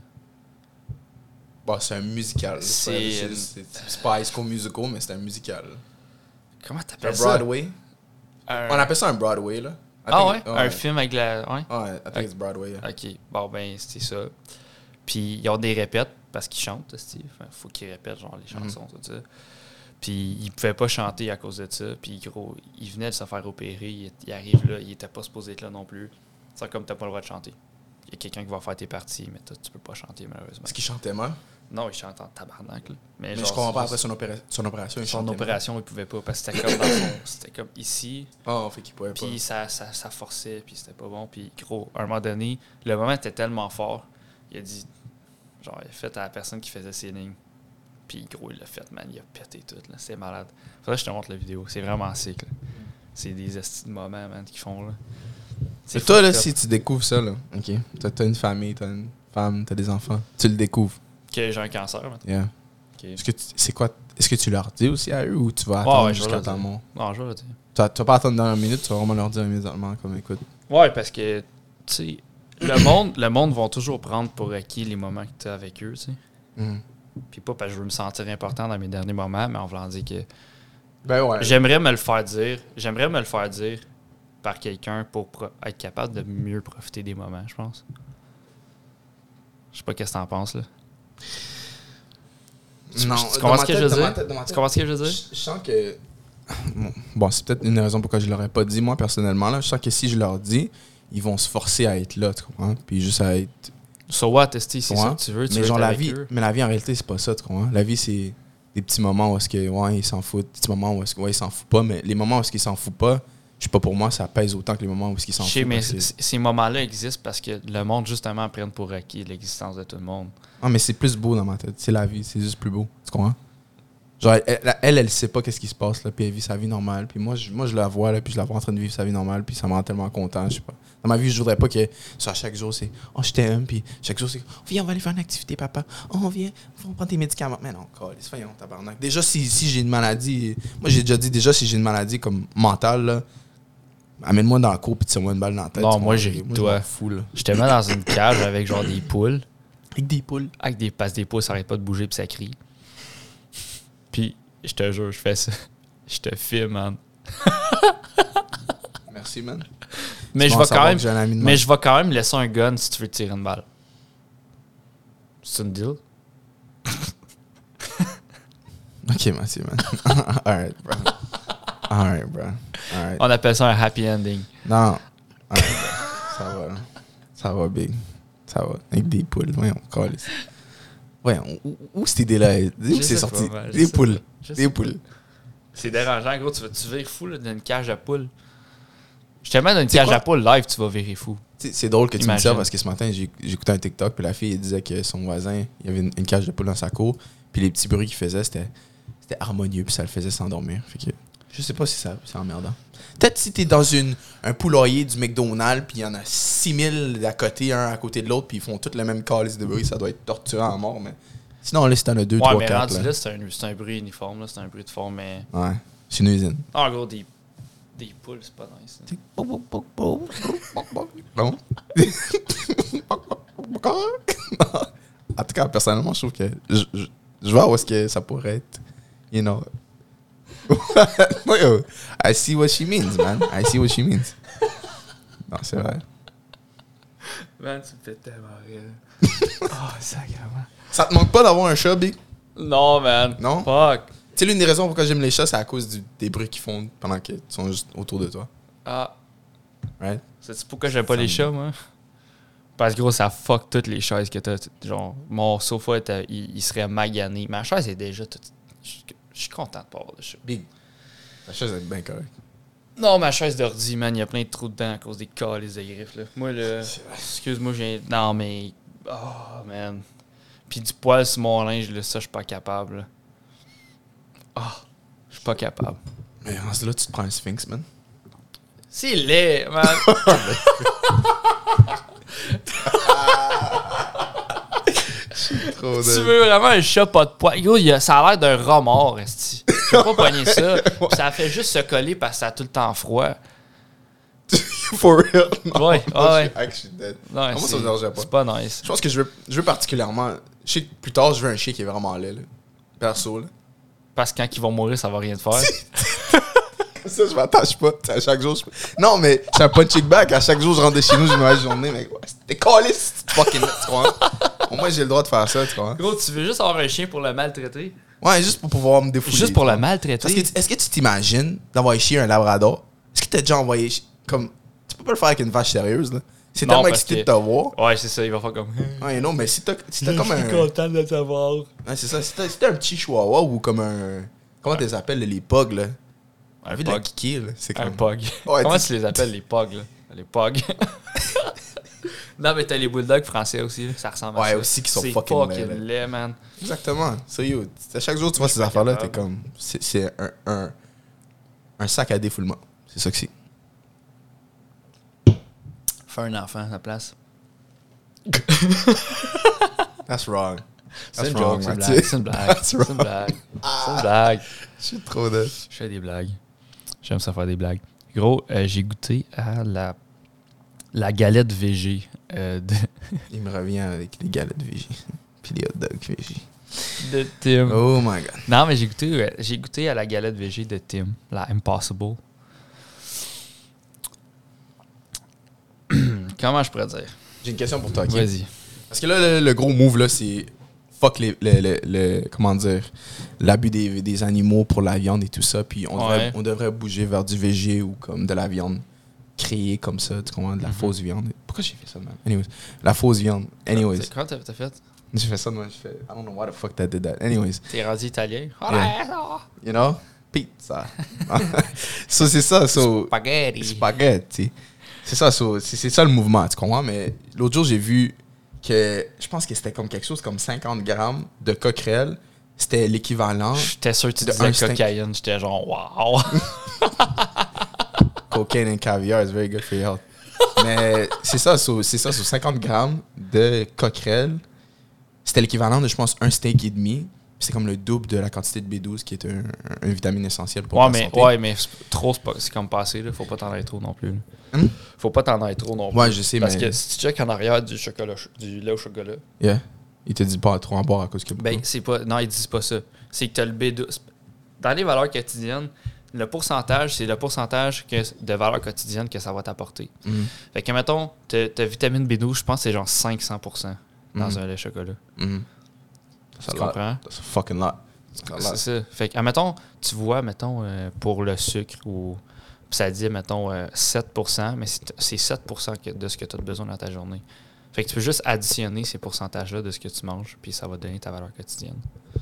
Bon, c'est un musical. C'est- C'est, c'est, c'est pas High School Musical, mais c'est un musical. Comment Un t'appelles ça? Broadway. Un- On appelle ça un Broadway, là. I Ah think ouais? it- Un film avec la. Ouais? Ouais, I think it's Broadway. Yeah. Ok, bon ben c'est ça. Puis ils ont des répètes parce qu'ils chantent, Steve. Enfin, faut qu'ils répètent genre les chansons, tout ça. Puis ils pouvaient pas chanter à cause de ça. Puis gros, ils venaient de se faire opérer. Ils, ils arrivent là, ils étaient pas supposés être là non plus. C'est comme t'as pas le droit de chanter. Il y a quelqu'un qui va faire tes parties, mais toi tu peux pas chanter malheureusement. Est-ce qu'il chantait mal? Non, il chante en tabarnak. Là. Mais, Mais genre, je comprends pas, c'est après son, opéra- son opération, il son chantait opération, il pouvait pas parce que c'était comme dans son. C'était comme ici. mal. Oh, fait qu'il pouvait pas. Puis ça, ça, ça forçait, puis c'était pas bon. Puis gros, à un moment donné, le moment était tellement fort, il a dit, genre, il a fait à la personne qui faisait ses lignes. Puis gros, il l'a fait, man, il a pété tout, là. C'est malade. Faudrait que je te montre la vidéo, c'est vraiment sick, là. C'est des estis de moments, man, qu'ils font, là. Et toi, là, fucked up. si tu découvres ça, là, ok, t'as, t'as une famille, t'as une femme, t'as des enfants, tu le découvres. Que j'ai un cancer, maintenant. Yeah. Ok. Est-ce que tu, c'est quoi, est-ce que tu leur dis aussi à eux ou tu vas Ouais, attendre ouais, je vais jusqu'à leur ta dire. mort? Non, je vais le dire. Tu vas, tu vas pas attendre dans une minute, tu vas vraiment leur dire immédiatement, comme écoute. Ouais, parce que, tu sais, le monde, le monde va toujours prendre pour acquis les moments que tu as avec eux, tu sais. Mhm. Puis pas parce que je veux me sentir important dans mes derniers moments, mais en voulant dire que Ben ouais. j'aimerais me le faire dire. J'aimerais me le faire dire par quelqu'un pour pro- être capable de mieux profiter des moments, je pense. Je sais pas qu'est-ce que t'en penses, là. Tu- Non, tu dans comprends ma ce que tête, je veux dans ma dire? tête, dans ma Tu tête, comprends ce que je veux Je, dire? je sens que. Bon, bon, c'est peut-être une raison pourquoi je l'aurais pas dit, moi, personnellement. Là. Je sens que si je leur dis, ils vont se forcer à être là, tu comprends? Puis juste à être. So what, Esti, c'est Ouais. ça que tu veux. Tu mais veux genre, être la avec vie. eux. Mais la vie, en réalité, c'est pas ça, tu comprends? La vie, c'est des petits moments où est-ce que, ouais, ils s'en foutent. Des petits moments où est-ce que, ouais, ils s'en foutent pas. Mais les moments où est-ce qu'ils s'en foutent pas, je sais pas, pour moi, ça pèse autant que les moments où est-ce qu'ils s'en Je sais, foutent. mais parce que- c- ces moments-là existent parce que le monde, justement, prenne pour acquis l'existence de tout le monde. Ah, mais c'est plus beau dans ma tête. C'est la vie, c'est juste plus beau. Tu comprends? Genre, elle, elle, elle, elle sait pas qu'est-ce qui se passe, là, puis elle vit sa vie normale. Puis moi, je, moi, je la vois, là, puis je la vois en train de vivre sa vie normale, puis ça me rend tellement content, je sais pas. Dans ma vie, je voudrais pas que, soit chaque jour, c'est « Oh, je t'aime », puis chaque jour, c'est « Viens, on va aller faire une activité, papa. Oh, on vient, on va prendre tes médicaments. » Mais non, câlisse, voyons, tabarnak. Déjà, si, si j'ai une maladie, moi, j'ai déjà dit, déjà, si j'ai une maladie comme mentale, là, amène-moi dans la cour, puis tire-moi une balle dans la tête. Non, tu moi, comprends? j'ai ri de je toi. m'en fous, là. Je te mets dans une cage avec genre des poules. Avec des poules. Avec des passes des poules, ça arrête pas de bouger puis ça crie. Puis, je te jure, je fais ça. Je te filme, man. Merci, man. Mais Tu je vas vais savoir quand même. que j'ai un ami de Mais même. je vais quand même laisser un gun si tu veux te tirer une balle. C'est une deal? Ok, merci, man. Alright, bro. Alright, bro. Alright. On appelle ça un happy ending. Non. Alright, bro. Ça va, là. Ça va, big. Ça va. Avec des poules. Voyons, calisse. Voyons, où, où cette idée-là est? Où Je c'est sais sorti? pas, man, je Des sais poules. pas. Je Des sais poules. C'est dérangeant, gros. Tu vas tu vires fou là, dans une cage à poules. Je te mets dans une C'est cage quoi? à poules live, tu vas virer fou. Tu sais, c'est drôle que tu me dis ça Imagine. parce que ce matin, j'ai j'écoutais un TikTok, puis la fille elle disait que son voisin, il y avait une, une cage de poules dans sa cour, puis les petits bruits qu'il faisait, c'était c'était harmonieux, puis ça le faisait s'endormir. Fait que je sais pas si ça c'est emmerdant. Peut-être si t'es dans une, un poulailler du McDonald's, puis il y en a six mille à côté, un à côté de l'autre, puis ils font tous le même calice de bruit, ça doit être torturant à mort, mais sinon, là, si t'en as deux, Ouais, trois, mais quatre, rendu là. là, c'est un, c'est un bruit uniforme, là, c'est un bruit de fond, mais. Ouais, c'est une usine. Ah, gros, des, des poules, c'est pas nice. là. Non. En tout cas, personnellement, je trouve que je, je, je vois où est-ce que ça pourrait être You know. I see what she means, man. I see what she means. Non, c'est vrai. Man, tu me fais tellement rire. Oh, sacrément. Ça te manque pas d'avoir un chat, Big? Non, man. Non? Fuck. Tu sais, l'une des raisons pourquoi j'aime les chats, c'est à cause du, des bruits qu'ils font pendant qu'ils sont juste autour de toi. Ah. Right? Sais-tu pourquoi j'aime pas les chats, moi? Parce que, gros, ça fuck toutes les chaises que t'as. Genre, mon sofa, était, il, il serait magané. Ma chaise est déjà toute. Je suis content de pas avoir de chat. Big. La chaise est bien correcte. Non, ma chaise d'ordi, man, il y a plein de trous dedans à cause des calices de griffes, là. Moi, là. Excuse-moi, j'ai. Non, mais. Oh, man. Puis du poil sur mon linge, là, ça, je suis pas capable, là. Ah, oh, je suis pas capable. Mais en ce là, tu te prends un sphinx, man. C'est laid, man. Trop de... Tu veux vraiment un chat pas de poil? Yo, il a, ça a l'air d'un remords, esti. Je peux pas pogner ça. Puis ça fait juste se coller parce que ça a tout le temps froid. For real? Non, Ouais, non, ouais. Je suis actually dead. Non, Moi, ça me dérangeait pas. C'est pas nice. Je pense que je veux, je veux particulièrement... Je sais que plus tard, je veux un chien qui est vraiment laid, là. Perso, là. Parce que quand ils vont mourir, ça va rien te faire. Ça, je m'attache pas. À chaque jour, je... Non, mais j'ai un punching bag. À chaque jour, je rentre de chez nous, j'ai une mauvaise journée. Mais ouais, t'es calé, c'est fucking net, tu comprends? Au moins, j'ai le droit de faire ça, tu comprends? Gros, tu veux juste avoir un chien pour le maltraiter? Ouais, juste pour pouvoir me défouler. Juste pour le maltraiter? Parce que, est-ce que tu t'imagines d'avoir chier un labrador? Est-ce que t'as déjà envoyé... chi- Comme... Tu peux pas le faire avec une vache sérieuse, là. C'est Non, tellement parce excité que- de te voir. Ouais, c'est ça, il va faire comme. Ouais, non, mais si t'as, si t'as comme Je suis un... content de te voir. Ouais, c'est ça. Si t'as, si t'as un petit chihuahua ou comme un... Comment tu les appelles, les pogs, là? Un La vie de la pug. kiki, là. C'est Un comme... pug. Ouais, Comment tu- tu les appelles, les pogs, là? Les pogs. Non, mais t'as les bulldogs français aussi, là. Ça ressemble à Ouais, ça. aussi, qui sont C'est fucking fucking laids, là. laid, man. Exactement. Sérieux. À chaque jour, tu vois Je ces suis pas affaires-là, t'es capable. comme... C'est, c'est un, un, un sac à défoulement. C'est ça que c'est. Fais un enfant à la place. That's wrong. C'est une wrong, joke, c'est une Mathieu. blague. C'est une blague. That's C'est une blague. C'est une blague. Je suis trop de... Je fais des blagues. J'aime ça faire des blagues. Gros, euh, j'ai goûté à la, la galette végé euh, de, Il me revient avec les galettes végé. Puis les hot dogs végé. de Tim. Oh my God. Non, mais j'ai goûté, euh, j'ai goûté à la galette végé de Tim, la Impossible. Comment je pourrais dire? J'ai une question pour toi, OK? Vas-y. Parce que là, le, le gros move, là, c'est... Fuck les... le- le- le- comment dire? L'abus des, des animaux pour la viande et tout ça. Puis on, devrait, Ouais. on devrait bouger vers du végé ou comme de la viande créée comme ça. Tu comprends? De la Mhm. fausse viande. Pourquoi j'ai fait ça, man? Anyways. La fausse viande. Anyways. C'est- Comment t'as t'as fait? J'ai fait ça, moi. J'ai fait... I don't know why the fuck that did that. Anyways. T'es rendu italien? Yeah. You know? Pizza. So, c'est ça. So, Spaghetti. spaghetti. C'est ça, so, c'est, c'est ça le mouvement, tu comprends? Mais l'autre jour, j'ai vu que je pense que c'était comme quelque chose comme cinquante grammes de coquerel. C'était l'équivalent J'étais sûr que tu De disais un steak. cocaïne. J'étais genre, wow. cocaine and caviar. It's very good for your health. Mais c'est ça, so, c'est ça, sur cinquante grammes de coquerel. C'était l'équivalent de, je pense, un steak et demi. C'est comme le double de la quantité de B douze qui est un, un- une vitamine essentielle pour Ouais, la mais, santé. ouais, mais c'est- trop, c'est, pas, c'est comme passé. Là. Faut pas t'en aller trop non plus. Là. Hmm? Faut pas t'en aller trop non plus. Ouais, je sais, Parce mais... que si tu checkes en arrière du chocolat, du lait au chocolat, Yeah. Il te dit pas trop en boire à cause que... ben, c'est pas. Non, ils disent pas ça. C'est que t'as le B douze. Dans les valeurs quotidiennes, le pourcentage, c'est le pourcentage que, de valeurs quotidiennes que ça va t'apporter. Mhm. Fait que, mettons, ta ta vitamine B douze, je pense que c'est genre cinq cents pour cent dans Mhm. un lait chocolat. Mhm. Tu That's a lot. comprends? That's a fucking lot. That's a lot. C'est ça. Fait que, admettons, tu vois, mettons, euh, pour le sucre, ou puis ça dit, mettons, euh, sept pour cent, mais c'est c'est sept pour cent que- de ce que tu as besoin dans ta journée. Fait que tu peux juste additionner ces pourcentages-là de ce que tu manges, puis ça va donner ta valeur quotidienne.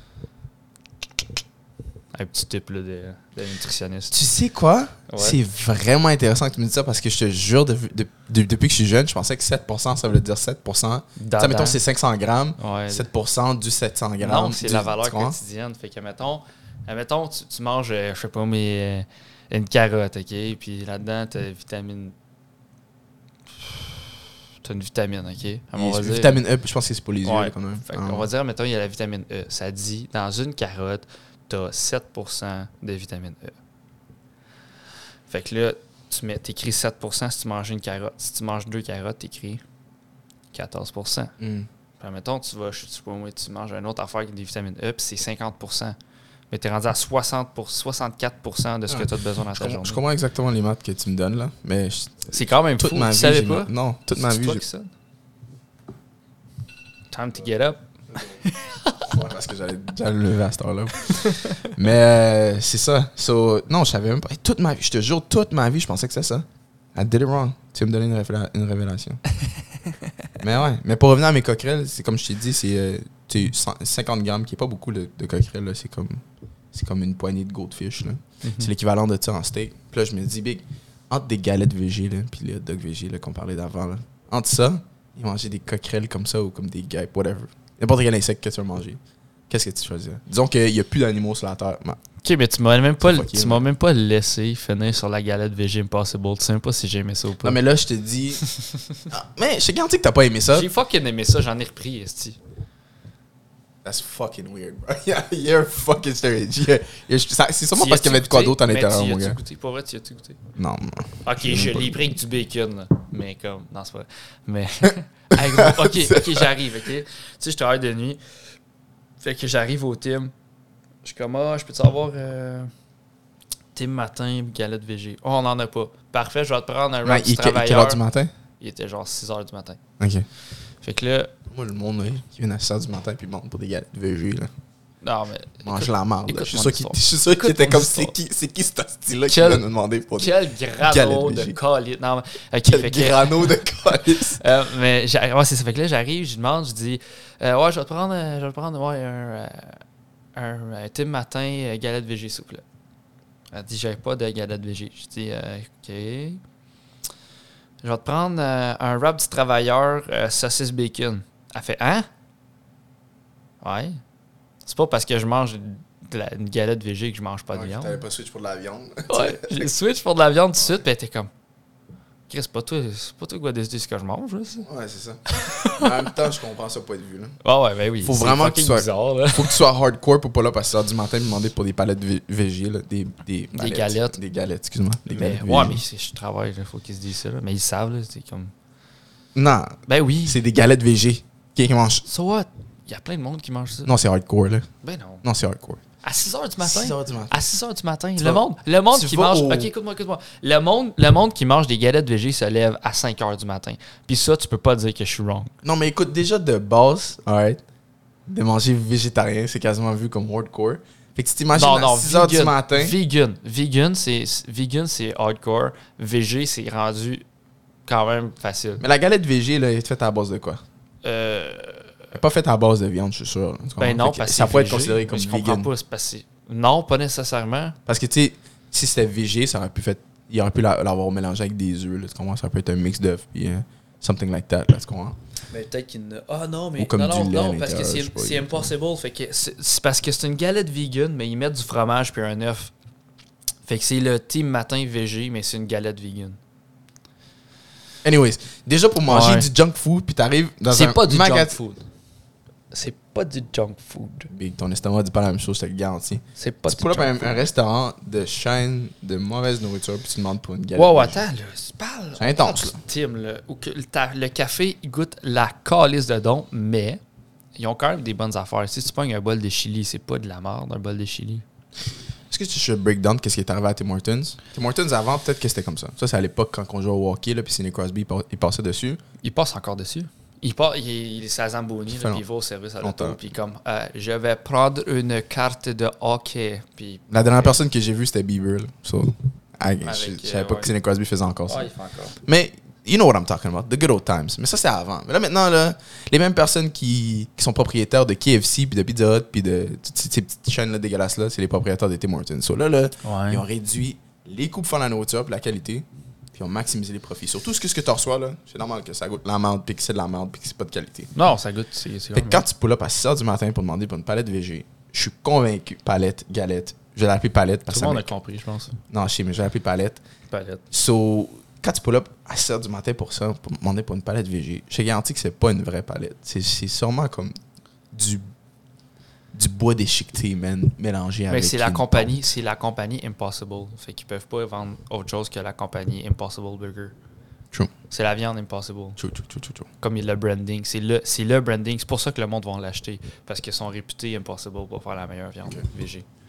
Un petit tip là, de, de nutritionniste. Tu sais quoi? Ouais. C'est vraiment intéressant que tu me dises ça parce que je te jure, de- de- de- depuis que je suis jeune, je pensais que sept pour cent, ça voulait dire sept pour cent. Tu sais, mettons, c'est cinq cents grammes. Ouais. sept pour cent du sept cents grammes. Non, c'est du- la valeur tu comprends? quotidienne. Fait que, mettons, admettons tu, tu manges, euh, je sais pas, mais euh, une carotte, OK? Puis là-dedans, t'as vitamine... T'as une vitamine, OK? Et On va dire- vitamine E, je pense que c'est pour les yeux, Ouais. là, quand même. Fait Ah. on va dire, mettons, il y a la vitamine E. Ça dit, dans une carotte, t'as sept pour cent de vitamine E. Fait que là, tu mets, t'écris sept pour cent si tu manges une carotte. Si tu manges deux carottes, t'écris quatorze pour cent. Mm. Puis, mettons, tu vas, je sais pas moi, tu manges une autre affaire avec des vitamines E, puis c'est cinquante pour cent. mais t'es rendu à soixante pour, soixante-quatre pour cent de ce que tu as besoin dans Je, ta com- journée. je comprends exactement les maths que tu me donnes, là. Mais je- C'est quand même toute fou. ma Tu vie, savais j'ai pas? ma- Non, toute ma C'est vie, toi j'ai- qui sonne? Time to get up. Ouais, parce que j'allais j'allais le lever à cette heure-là. Mais euh, c'est ça. So, non, je savais même pas. Hey, toute ma vie, je te jure, toute ma vie, je pensais que c'était ça. I did it wrong. Tu vas me donner une, révéla- une révélation. Mais ouais. Mais pour revenir à mes coquerelles, c'est comme je t'ai dit, c'est euh, tu sais, cent- cinquante grammes, qui est pas beaucoup de, de coquerelles. Là. C'est comme c'est comme une poignée de goldfish. Là. Mm-hmm. C'est l'équivalent de ça en steak. Puis là, je me dis, big, entre des galettes végé, là, puis les hot dogs végé là, qu'on parlait d'avant, là, entre ça, et manger des coquerelles comme ça ou comme des guêpes, whatever. N'importe quel insecte que tu veux manger. Qu'est-ce que tu choisis? Disons qu'il n'y a plus d'animaux sur la Terre. Man. Ok, mais tu m'as même pas, C'est fucké, tu m'as même pas laissé finir sur la galette V G Impossible. Tu sais même pas si j'ai aimé ça ou pas. Non, mais là, je te dis... Ah, mais je te garantis que t'as pas aimé ça. J'ai fucking aimé ça, j'en ai repris, esti. That's fucking weird, bro. Yeah, you're fucking strange. Yeah, yeah, ça- c'est sûrement Tu parce qu'il y y avait de quoi as-tu d'autre à goûté? l'intérieur, Mais mon tu y gars. as-tu goûté? Pour vrai, tu y as-tu goûté? Non, non. Ok, J'ai je même pas l'ai goûté. pris avec du bacon, là. Mais comme, non, c'est pas vrai. Mais, Hey, gros, ok, ok, j'arrive, ok. Tu sais, je travaille de nuit. Fait que j'arrive au team. Je suis comme, ah, je peux-tu avoir euh, team matin, galette V G? Oh, on en a pas. Parfait, je vais te prendre un Ouais, rap il du est quelle heure travailleur. du matin? Il était genre six heures du matin. Ok. Fait que là, Moi, le monde, là, qui vient à six heures du matin puis monte pour des galettes V G, là. non, mais. Mange écoute- la marde. là. écoute Je suis mon sûr qu'il histoire. je suis sûr qu'il Écoute était mon comme, histoire. c'est qui, c'est qui ce style-là qui Quel- vient nous demander pour des Quel grano Galette de V G. colis. Non, mais. Ok, Quel fait que. grano de calice. Euh, mais j'ai- ouais, c'est ça. Fait que là, j'arrive, je demande, je dis euh, ouais, je vais te prendre, euh, je vais te prendre ouais, un, euh, un, un team matin euh, galette V G, s'il vous plaît. Elle dit j'avais pas de galette V G. Je dis euh, ok. Je vais te prendre euh, un wrap du travailleur euh, saucisse bacon. Elle fait hein? Ouais. C'est pas parce que je mange de la- une galette V G que je mange pas de viande. T'avais pas switch pour de la viande. Ouais, j'ai switch pour de la viande tout de suite, puis elle était comme Chris, c'est pas toi, c'est pas toi qui va décider ce que je mange, là, ça. Ouais, c'est ça. Mais en même temps, je comprends ce point de vue, là. Ah ouais, ben oui. Faut c'est vraiment que fucking tu sois- bizarre, là. Faut que tu sois hardcore pour pas là à six heures du matin me demander pour des palettes V- végé, là. Des, des, palettes. galettes. Des galettes, excuse-moi. Des Mais, galettes ouais, V G. mais c'est- je travaille, il faut qu'ils se disent ça, là. Mais ils savent, là, c'est comme... Non, Ben oui. c'est des galettes V G. Qui qui mange? So what? Il y a plein de monde qui mange ça. Non, c'est hardcore, là. Ben non. Non, c'est hardcore. À six heures du matin? six heures du matin. À six heures du matin. Tu Le vas- monde, le monde tu qui vas mange... au- Ok, écoute-moi, écoute-moi. Le monde, le monde qui mange des galettes V G se lève à cinq heures du matin. Puis ça, tu peux pas dire que je suis wrong. Non, mais écoute, déjà de base, alright, de manger végétarien, c'est quasiment vu comme hardcore. Fait que tu t'imagines Non, à non, six heures du vegan. matin. Vegan. Vegan, c'est vegan, c'est hardcore. V G, c'est rendu quand même facile. Mais la galette V G, là, elle est faite à la base de quoi? Euh... Elle est pas faite à la base de viande, je suis sûr. là, tu comprends? Ben non, Fait que parce que ça c'est peut être V G, considéré comme mais je comprends vegan. pas, c'est parce que c'est- non, pas nécessairement. Parce que, tu sais, si c'était V G, ça aurait pu fait... il aurait pu la- l'avoir mélangé avec des œufs, là, tu comprends? Ça peut être un mix d'œufs, puis euh, something like that, là, tu comprends? Mais peut-être qu'il ne. Ah non, mais Ou comme non, non, du lait à non, parce que l'intérieur, c'est je sais pas, c'est il y a- impossible. Fait que c'est c'est parce que c'est une galette vegan, mais ils mettent du fromage puis un œuf. Fait que c'est le team matin V G, mais c'est une galette vegan. Anyways, déjà pour manger Ouais. du junk food, puis t'arrives dans un C'est pas du magasin... junk food. C'est pas du junk food. Big, ton estomac dit pas la même chose, je te le garantis. C'est pas Tu du pull up junk un, food. un restaurant de chaîne de mauvaise nourriture, puis tu demandes pour une galette. Wow, V G. attends, là, tu parles. C'est intense, là. Team, là, où que le, ta- le café, il goûte la calice de don, mais ils ont quand même des bonnes affaires. Si tu pognes un bol de chili, c'est pas de la merde, un bol de chili. Est-ce que tu fais breakdown qu'est-ce qui est arrivé à Tim Hortons? Tim Hortons avant, peut-être que c'était comme ça. Ça, c'est à l'époque quand on jouait au hockey, là, puis Sidney Crosby, il pa- il passait dessus. Il passe encore dessus. Il part, il, il, c'est à Zamboni, Ça là, fait puis il va au service à l'auto, longtemps. puis comme, euh, je vais prendre une carte de hockey, puis... La dernière personne que j'ai vue, c'était Bieber. Là. So, I- je, Avec, je savais euh, pas ouais. que Sidney Crosby faisait encore ça. Ah, il fait encore. Mais, you know what I'm talking about. The good old times. Mais ça, c'est avant. Mais là, maintenant, là, les mêmes personnes qui, qui sont propriétaires de K F C, puis de Pizza Hut, puis de toutes ces ces petites chaînes-là dégueulasses-là, c'est les propriétaires de Tim Hortons. So, là, là, Ouais. ils ont réduit les coûts pour faire la nourriture, puis la qualité, puis ils ont maximisé les profits. Surtout ce que, ce que tu reçois, là, c'est normal que ça goûte la merde, puis que c'est de la merde, puis que c'est pas de qualité. Non, ça goûte, c'est... c'est Fait que vraiment- quand tu pull up à six heures du matin pour demander pour une palette V G, je suis convaincu, palette, galette, je vais l'appeler palette parce Tout que le ça monde a m'est- compris, je pense. Non, je sais, mais je vais l'appeler palette. Palette. So, quand tu pull up à six heures du matin pour ça, pour demander pour une palette V G, je te garantis que c'est pas une vraie palette. C'est, c'est sûrement comme du, du bois déchiqueté, man, mélangé Mais avec. c'est la une compagnie, c'est la compagnie Impossible. Fait qu'ils peuvent pas vendre autre chose que la compagnie Impossible Burger. True. C'est la viande Impossible. pâte. True, true, true, true, true. Comme il y a le branding. C'est le, c'est le branding. C'est pour ça que le monde va l'acheter. Parce qu'ils sont réputés Impossible pour faire la meilleure viande Ok. V G.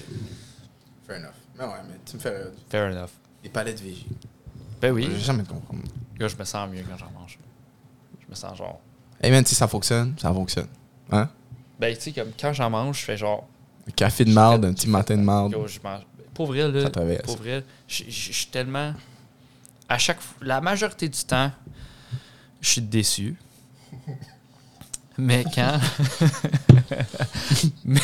Fair enough. Mais ouais, mais tu me fais rire. Fair enough. Des palettes végé. Ben oui. Je vais jamais te comprendre. Là, je me sens mieux quand j'en mange. Je me sens genre... Hey man, si ça fonctionne, ça fonctionne. Hein? Ben, tu sais, comme quand j'en mange, je fais genre... Un café de marde, un petit matin de marde. Yo, je mange... Pour vrai, là, Ça te réveille, pour ça. vrai, je je- je suis tellement... À chaque fois... La majorité du temps, je suis déçu. Mais quand... mais...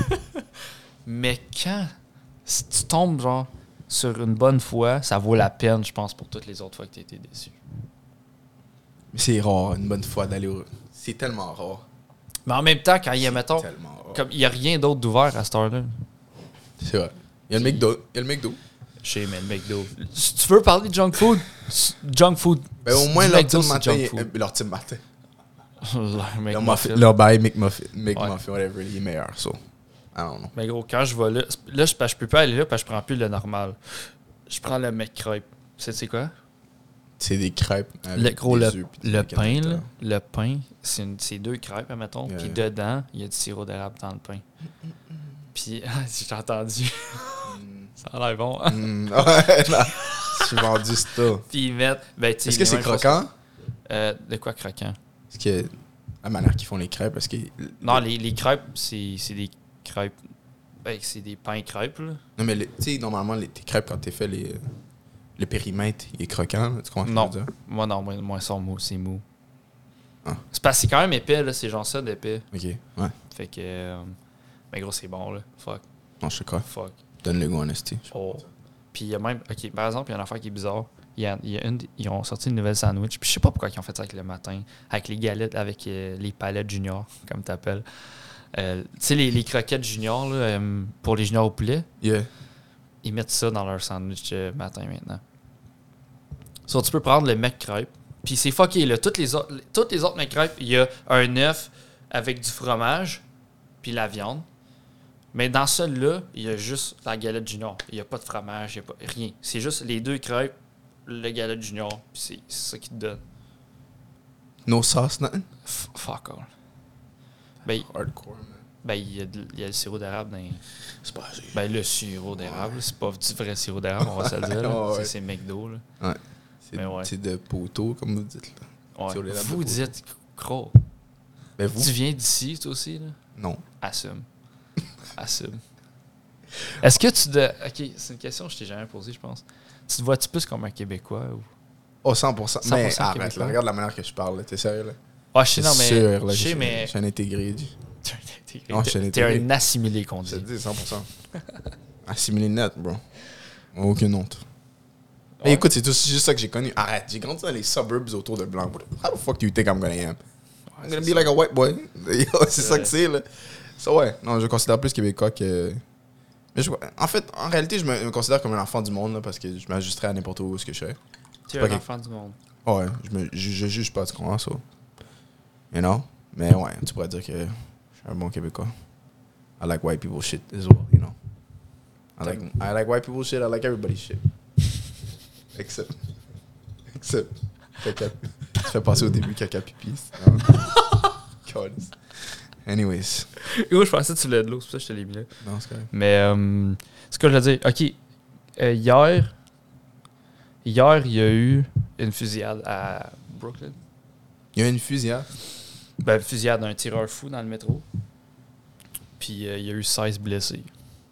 mais quand si tu tombes, genre, sur une bonne fois, ça vaut la peine, je pense, pour toutes les autres fois que tu as été déçu. Mais c'est rare, une bonne fois d'aller au... C'est tellement rare. Mais en même temps, quand il y a, C'est mettons... tellement rare. Comme il n'y a rien d'autre d'ouvert à cette heure-là. C'est vrai. Il y a le McDo. Il y a le McDo. Chez mais le McDo. Si tu veux parler de junk food, s- junk food. Ben, au moins, du leur McDo, team c'est matin. junk food. euh, Leur team matin. Leur Leur, McMuffin. muffin, leur bail McMuffin, Ouais. McMuffin, whatever, il est meilleur. So, I don't know. Mais gros, quand je vais là, là je, je peux pas aller là parce que je prends plus le normal. Je prends le McCrepe. Tu sais, c'est quoi? C'est des crêpes. avec Le gros, des le, œufs pis des le bacon pain, dedans. là, le pain, c'est, une- c'est deux crêpes, admettons. Yeah. Puis dedans, il y a du sirop d'érable dans le pain. Puis, si j'ai entendu, ça a l'air bon. Hein? Mm, ouais, là, je suis vendu ça. Puis ils mettent. Ben, tu sais, Est-ce que les c'est mêmes choses- croquant? Euh, de quoi croquant? Est-ce que la manière qu'ils font les crêpes, est-ce que... Non, les, les crêpes, c'est, c'est des crêpes. Ben, c'est des pains crêpes, là. Non, mais le- tu sais, normalement, les, tes crêpes, quand t'es fait les, le périmètre, il est croquant, là, tu comprends ce que Non. je veux dire? Moi, non, moi, moi, ils sont mous, c'est mou. Ah. C'est parce que c'est quand même épais, là, c'est genre ça d'épais. Ok, ouais. Fait que. euh, mais gros, c'est bon, là. Fuck, Non, je sais quoi. fuck. Donne le goût en esti. Oh. Puis il y a même. Ok, par exemple, il y a une affaire qui est bizarre. Il y a, il y a une, ils ont sorti une nouvelle sandwich. Puis je sais pas pourquoi ils ont fait ça avec le matin. Avec les galettes, avec euh, les palettes junior, comme t'appelles. Euh, tu sais, les, les croquettes junior, là, euh, pour les juniors au poulet, Yeah. ils mettent ça dans leur sandwich euh, matin maintenant. So, tu peux prendre le McCrepe. Puis c'est fucké, là. Toutes les autres, toutes les autres McCrepes, il y a un œuf avec du fromage, puis la viande. Mais dans celui-là, il y a juste la galette junior. Il n'y a pas de fromage, il n'y a pas rien. C'est juste les deux crêpes, le galette junior, puis c'est c'est ça qui te donne. No sauce, nothing? F- fuck all. Ben, Hardcore, man. ben il y, a de- il y a le sirop d'érable dans les- C'est pas assez. Ben, le sirop d'érable, c'est pas du vrai sirop d'érable, on va se le dire. là. Ouais, ouais. C'est- C'est McDo, là. Ouais. C'est Mais ouais. c'est de poteau, comme vous dites. Là. Ouais. Sirop d'érable Vous de dites, gros, Ben vous? tu viens d'ici, toi aussi, là? Non. Assume. Assume. Est-ce que tu... De... Ok, c'est une question que je t'ai jamais posée, je pense. Tu te vois-tu plus comme un Québécois ou... Oh, cent pour cent. cent pour Mais cent arrête, québécois. là, regarde la manière que je parle. là. T'es sérieux, là? Ah, je sais, non, C'est mais... sûr, là, je sais, je- mais... Je suis un intégré. du- T'es un intégré. Non, je suis un T'es- T'es intégré. un assimilé, qu'on Je te dit. dis, cent pour cent. Assimilé net, bro. Aucune honte. Ouais. Mais écoute, c'est tout- c'est juste ça que j'ai connu. Arrête, j'ai grandi dans les suburbs autour de Blanc. How the fuck do you think I'm gonna am? I'm gonna be c'est like a white boy. Yo, c'est C'est ça vrai. que c'est, là. So, ouais, non, je me considère plus québécois que. Mais je- en fait, en réalité, je me, me considère comme un enfant du monde, là, parce que je m'ajusterais à n'importe où ce que je fais. Tu es pas un que- enfant du monde. Ouais, je, me, je, je juge pas, tu comprends ça? You know? Mais ouais, tu pourrais dire que je suis un bon Québécois. I like white people shit as well, you know? I like, I like white people shit, I like everybody's shit. Except. Except. Caca. Tu fais passer au début caca pipi. c'est- non. Calisse. Anyways. Yo, je pensais que tu voulais de l'eau, c'est pour ça que je te l'ai mis là. Non, c'est correct. Mais, euh, ce que je veux dire, ok, euh, hier, hier, il y a eu une fusillade à Brooklyn. Il y a une fusillade. Ben, une fusillade d'un tireur fou dans le métro. Puis, euh, il y a eu seize blessés.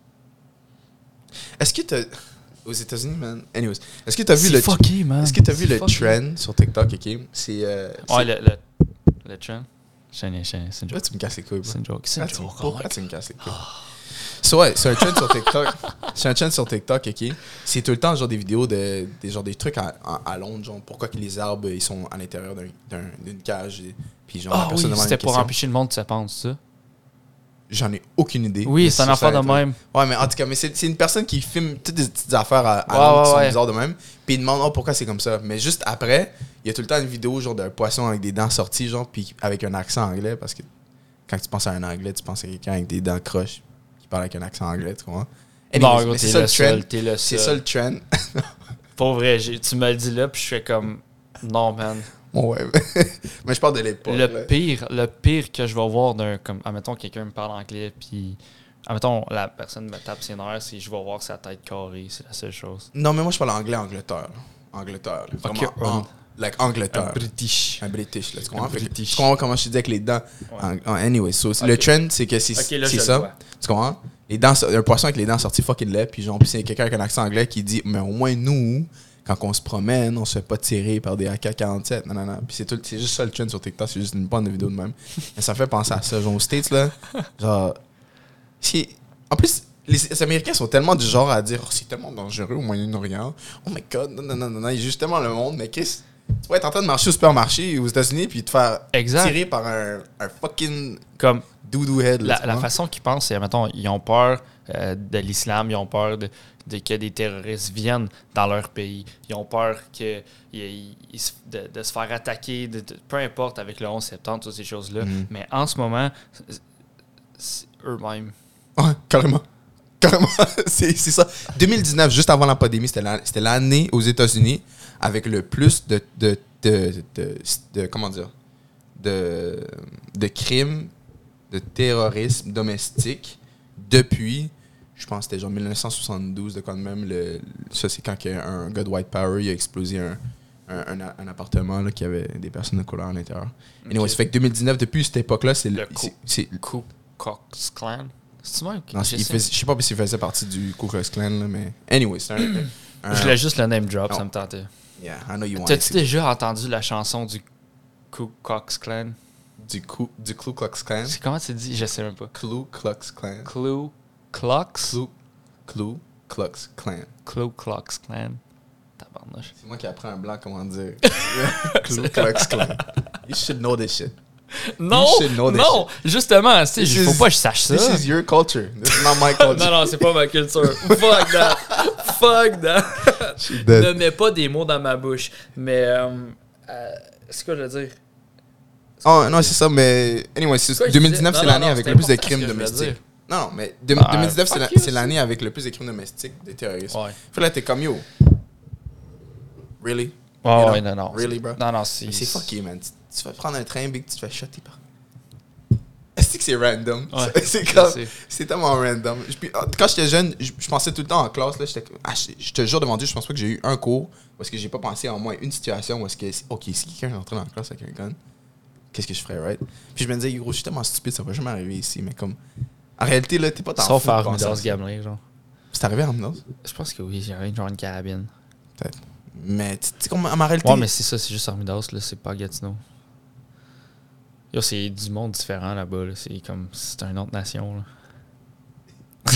Est-ce que t'as. Aux États-Unis, man. Anyways. Est-ce que t'as vu C'est le. fucké, man. Est-ce que t'as vu C'est le fucké. trend sur TikTok, ok? C'est. Euh, Ouais, c'est- le, le, le trend. C'est une, c'est une- c'est une Là, joke. tu me casses les couilles, bro. C'est une joke. C'est Ah, une tu- joke. Pourquoi oh tu me casses les couilles? Ah. So, ouais, c'est un trend sur TikTok. C'est un trend sur TikTok, ok? C'est tout le temps genre des vidéos de des, genre, des trucs à, à, à Londres, genre pourquoi que les arbres ils sont à l'intérieur d'un, d'un- d'une cage. Et, puis genre, la Ah oui, personne demande c'était une pour question. empêcher le monde de se pendre, c'est ça? J'en ai aucune idée. Oui, Mais c'est un ça, affaire ça de va être- même. Ouais, mais en tout cas, mais c'est, c'est une personne qui filme toutes des petites affaires à, à Ouais, Londres qui ouais, sont ouais. bizarres de même. Puis il demande oh, pourquoi c'est comme ça. Mais juste après, il y a tout le temps une vidéo genre d'un poisson avec des dents sorties, genre, puis avec un accent anglais. Parce que quand tu penses à un anglais, tu penses à quelqu'un avec des dents croches qui parle avec un accent anglais, tu comprends? Anyways, Non, gros, mais c'est t'es ça le le seul. trend. T'es le C'est seul. ça le trend. Pour vrai, j'ai- tu me le dis là, puis je fais comme... Non, man. Bon, ouais. Mais je parle de l'époque. Le là. pire, le pire que je vais voir d'un... Comme, admettons, quelqu'un me parle anglais, puis Admettons, la personne me tape ses nerfs, c'est je vais voir sa tête carrée, c'est la seule chose. Non, mais moi, je parle anglais, Angleterre. Là. Angleterre. Là. Vraiment, Ok, en, like Angleterre. Un British. Un British, là, tu comprends? Un Fait que British. Tu comprends comment je te dis avec les dents? Ouais. En, en- anyway, so, Ok. le trend, c'est que c'est Ok, là, c'est je ça. le vois. Tu comprends? Les dents, un poisson avec les dents sorties fucking laid, puis genre, puis c'est quelqu'un avec un accent anglais qui dit, mais au moins nous, quand on se promène, on se fait pas tirer par des A K quarante-sept, non, non, non. Puis c'est, tout, c'est juste ça le trend sur TikTok, c'est juste une bonne vidéo de même. Mais ça fait penser à ça. Genre, aux States, là, genre, c'est- en plus, les, les Américains sont tellement du genre à dire, oh, c'est tellement dangereux au Moyen-Orient. Oh my god, non, non, non, non, non, il juge tellement le monde, mais Chris, tu vas être en train de marcher au supermarché aux États-Unis puis te faire Exact. tirer par un, un fucking Comme doudou head. Là, la, tu la vois? façon qu'ils pensent, c'est, mettons, ils ont peur euh, de l'islam, ils ont peur de, de que des terroristes viennent dans leur pays. Ils ont peur que, ils- ils se- de, de se faire attaquer, de, de- peu importe, avec le onze septembre, toutes ces choses-là. Mhm. Mais en ce moment, c'est- c'est eux-mêmes. Ouais, carrément. Carrément, c'est, c'est ça. deux mille dix-neuf, juste avant la pandémie, c'était, la- c'était l'année aux États-Unis avec le plus de, de, de, de, de- comment dire, de, de crimes, de terrorisme domestique depuis, je pense que c'était genre dix-neuf soixante-douze, de quand même, le, ça c'est quand que un gars de White Power il a explosé un, un, un, un appartement là, qui avait des personnes de couleur à l'intérieur. Et anyway, Ok. ça fait que deux mille dix-neuf, depuis cette époque-là, c'est Le le... coup. c'est- c'est- Ku Klux Klan. C'est moi non, je, il sais. faisait- je sais pas s'il faisait partie du Ku Klux Klan, là, mais... Anyway, c'est un... un- Je voulais juste le name drop, Non. ça me tentait. Yeah, I know you want T'as-tu it. déjà entendu la chanson du Ku Klux Klan? Du Ku, du Ku Klux Klan. C'est- Comment tu dis? Je sais même pas. Ku Klux Klan. Ku Klux? Ku, Ku Klux Klan. Ku Klux Klan. Tabarnouche. C'est moi qui apprends un blanc comment dire. Ku Klux Klan. You should know this shit. Non! should know this Non! Justement, tu sais, This il faut is- pas que je sache ça. This is your culture. This is not my culture. Non, non, c'est pas ma culture. Fuck that. Fuck that. She's Ne dead. mets pas des mots dans ma bouche. Mais, euh, euh, c'est quoi je veux dire? Oh, non, c'est ça, mais... Anyway, c'est- Quoi, je deux mille dix-neuf, disais? c'est Non, l'année non, avec c'était le plus de important, crimes ce que je voulais domestiques. dire. Non, non, mais deux- Ah, deux mille dix-neuf, c'est, fuck la- you c'est aussi. l'année avec le plus de crimes domestiques des terroristes. Ouais. Fait là, t'es comme, yo... Really? Ouais, You know? ouais, non, non. Really, bro? Non, non, c'est. Mais c'est fucké, man. Tu, tu vas prendre un train, big, tu te fais shotter par... Est-ce que c'est random? Ouais, C'est- c'est je comme... sais. C'est tellement random. Je- puis, quand j'étais jeune, je, je pensais tout le temps en classe, là, j'étais... Ah, je, je te jure devant Dieu, je pense pas que j'ai eu un cours parce que j'ai pas pensé à au moins une situation où est-ce que... OK, si quelqu'un est entré dans la classe avec un gun, qu'est-ce que je ferais, right? Puis je me disais, gros, je suis tellement stupide, ça va jamais arriver ici, mais comme... En réalité, là, t'es pas tant Sauf fou de à penser à Armidas ça. Gamelin, genre. C'est arrivé à Armidas? Je pense que oui, j'avais genre une carabine. Peut-être. Mais, tu sais, comme, en réalité... Ouais, mais c'est ça, c'est juste Armidas, là, c'est pas Gatineau. Yo, c'est du monde différent là-bas, là. C'est comme. C'est une autre nation, là.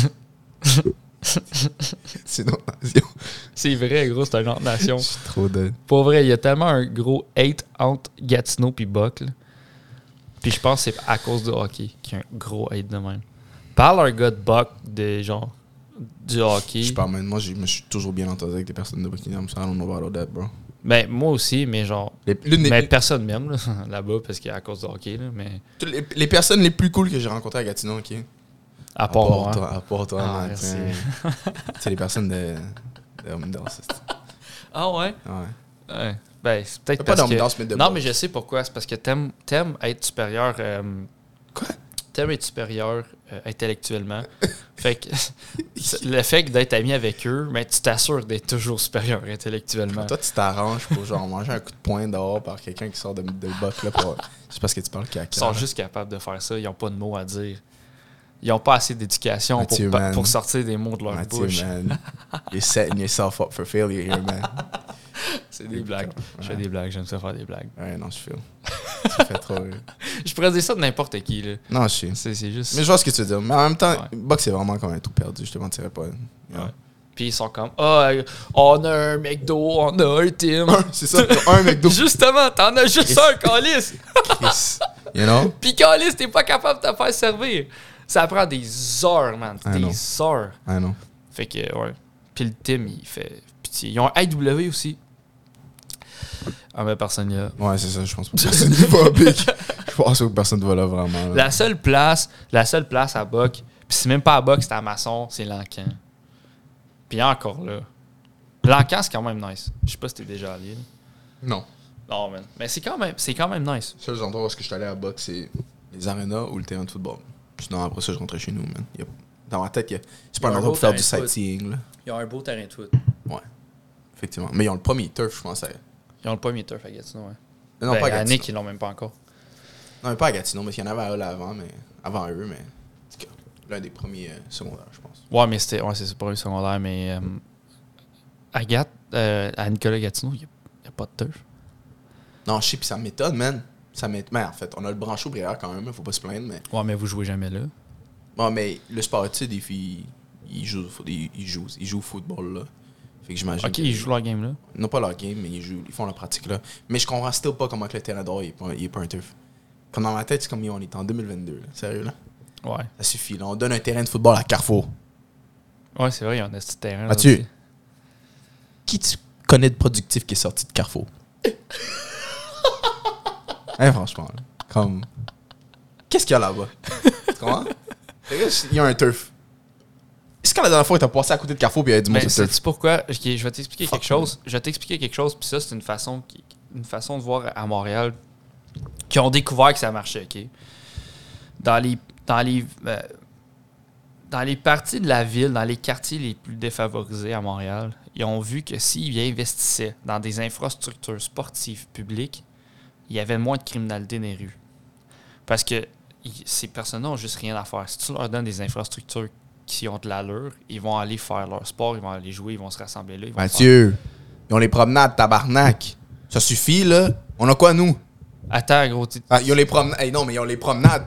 C'est notre nation. C'est vrai, gros, c'est une autre nation. Je suis trop dead. Pour vrai, il y a tellement un gros hate entre Gatineau puis Buck, là. Puis je pense que c'est à cause du hockey qu'il y a un gros hate de même. Parle à un gars de Buck, de genre. Du hockey. Je parle, man. Moi, je me suis toujours bien entendu avec des personnes de Buckingham, so I don't know about all that, bro. Ben, moi aussi, mais genre. Les, l'une des- Mais personne m'aime, là, là-bas, parce qu'à cause du hockey, là. Mais. toutes les, les personnes les plus cool que j'ai rencontrées à Gatineau, ok? À part moi. toi, à part toi, Ah, man, merci. tiens. C'est les personnes de. de Homedale, c'est ça. Ah ouais? Ouais. Ouais. Ben, c'est peut-être Pas parce que... d'Homedale, mais de Non, Buck. mais je sais pourquoi. C'est parce que t'aimes, t'aimes être supérieur... euh, Quoi? T'aimes être supérieur euh, intellectuellement. Fait que c'est- le fait que d'être ami avec eux, mais tu t'assures d'être toujours supérieur intellectuellement. Toi, tu t'arranges pour genre manger un coup de poing dehors par quelqu'un qui sort de, de Buck, là, pour... C'est parce que tu parles caca. Ils sont juste capables de faire ça. Ils n'ont pas de mots à dire. Ils n'ont pas assez d'éducation pour, Mathieu, pa- man. pour sortir des mots de leur Mathieu, bouche. man. You're setting yourself up for failure here, man. C'est des blagues. Je fais Ouais. des blagues. J'aime ça faire des blagues. Ouais, non, je feel. Tu fais trop rire. Je pourrais dire ça de n'importe qui. Là. Non, je sais. C'est, c'est juste... Mais je vois ce que tu veux dire. Mais en même temps, Ouais. Buck, c'est vraiment comme un tout perdu. Je te mentirais pas. You know. Ouais. Puis ils sont comme, ah, euh, on a un McDo, on a un Tim. C'est ça, un McDo. Justement, t'en as juste un, Calis. Chris. You know? Puis Calis, t'es pas capable de te faire servir. Ça prend des heures, man. I know. Des heures. I know. Fait que, ouais. Puis le Tim, il fait pitié. Ils ont un I W aussi. Ah, mais personne là. Ouais, c'est ça. Je pense pas que personne ne va big. Je pense pas que personne ne va là vraiment. Là. La seule place, la seule place à Buck, puis c'est même pas à Buck, c'est à Masson, c'est Lancan. Puis encore là. Lancan, c'est quand même nice. Je sais pas si t'es déjà allé. Là. Non. Non, man. Mais c'est quand même, c'est quand même nice. Le seul endroit où est-ce que je suis allé à Buck, c'est les arénas ou le terrain de football. Sinon, après ça, je rentrais chez nous, man. Yep. Dans ma tête, il y a- c'est pas un endroit pour faire du sightseeing. Là. Ils ont un beau terrain de foot. Ouais, effectivement. Mais ils ont le premier turf, je pense. À... Ils ont le premier turf à Gatineau, ouais. Non, ben, pas à à Gatineau. Nick, ils l'ont même pas encore. Non, mais pas à Gatineau, mais il y en avait à eux là avant, mais avant eux, mais en tout cas, l'un des premiers euh, secondaires, je pense. Ouais, mais c'était, ouais, c'est le premier secondaire, mais euh, à Gat, euh, à Nicolas Gatineau, il n'y a, a pas de turf. Non, je sais, puis ça m'étonne, man. Ça m'étonne. Mais en fait, on a le brancho Brière quand même, faut pas se plaindre, mais. Ouais, mais vous jouez jamais là. Bon, mais le sport études, des filles, ils jouent, ils, ils jouent, ils jouent au football, là. Fait que j'imagine. Ok, que, ils jouent leur game là. Non, pas leur game, mais ils jouent, ils font leur pratique là. Mais je comprends still pas comment que le terrain d'or, il est pas, il est pas un turf. Comme dans ma tête, c'est comme on est en deux mille vingt-deux, là. Sérieux, là? Ouais. Ça suffit, là. On donne un terrain de football à Carrefour. Ouais, c'est vrai, il y a un petit terrain. Mathieu, qui tu connais de productif qui est sorti de Carrefour? Hein, franchement, là. Comme. Qu'est-ce qu'il y a là-bas? Tu comprends? Il y a un turf. Est-ce que la dernière fois, t'as passé à côté de Carrefour et il y avait du monde Mais sur le turf? sais-tu pourquoi? Ok, je vais t'expliquer Fuck quelque chose. Je vais t'expliquer quelque chose, puis ça, c'est une façon, qui- une façon de voir à Montréal qui ont découvert que ça marchait, ok? Dans les. Dans les. euh, dans les parties de la ville, dans les quartiers les plus défavorisés à Montréal, ils ont vu que s'ils investissaient dans des infrastructures sportives publiques, il y avait moins de criminalité dans les rues. Parce que ils- ces personnes-là n'ont juste rien à faire. Si tu leur donnes des infrastructures qui ont de l'allure, ils vont aller faire leur sport, ils vont aller jouer, ils vont se rassembler là. Ils vont faire... Mathieu, ils ont les promenades, tabarnak. Ça suffit, là. On a quoi, nous? Attends, gros. tu- Ah, ils ont les promenades. Hey, non, mais ils ont les promenades.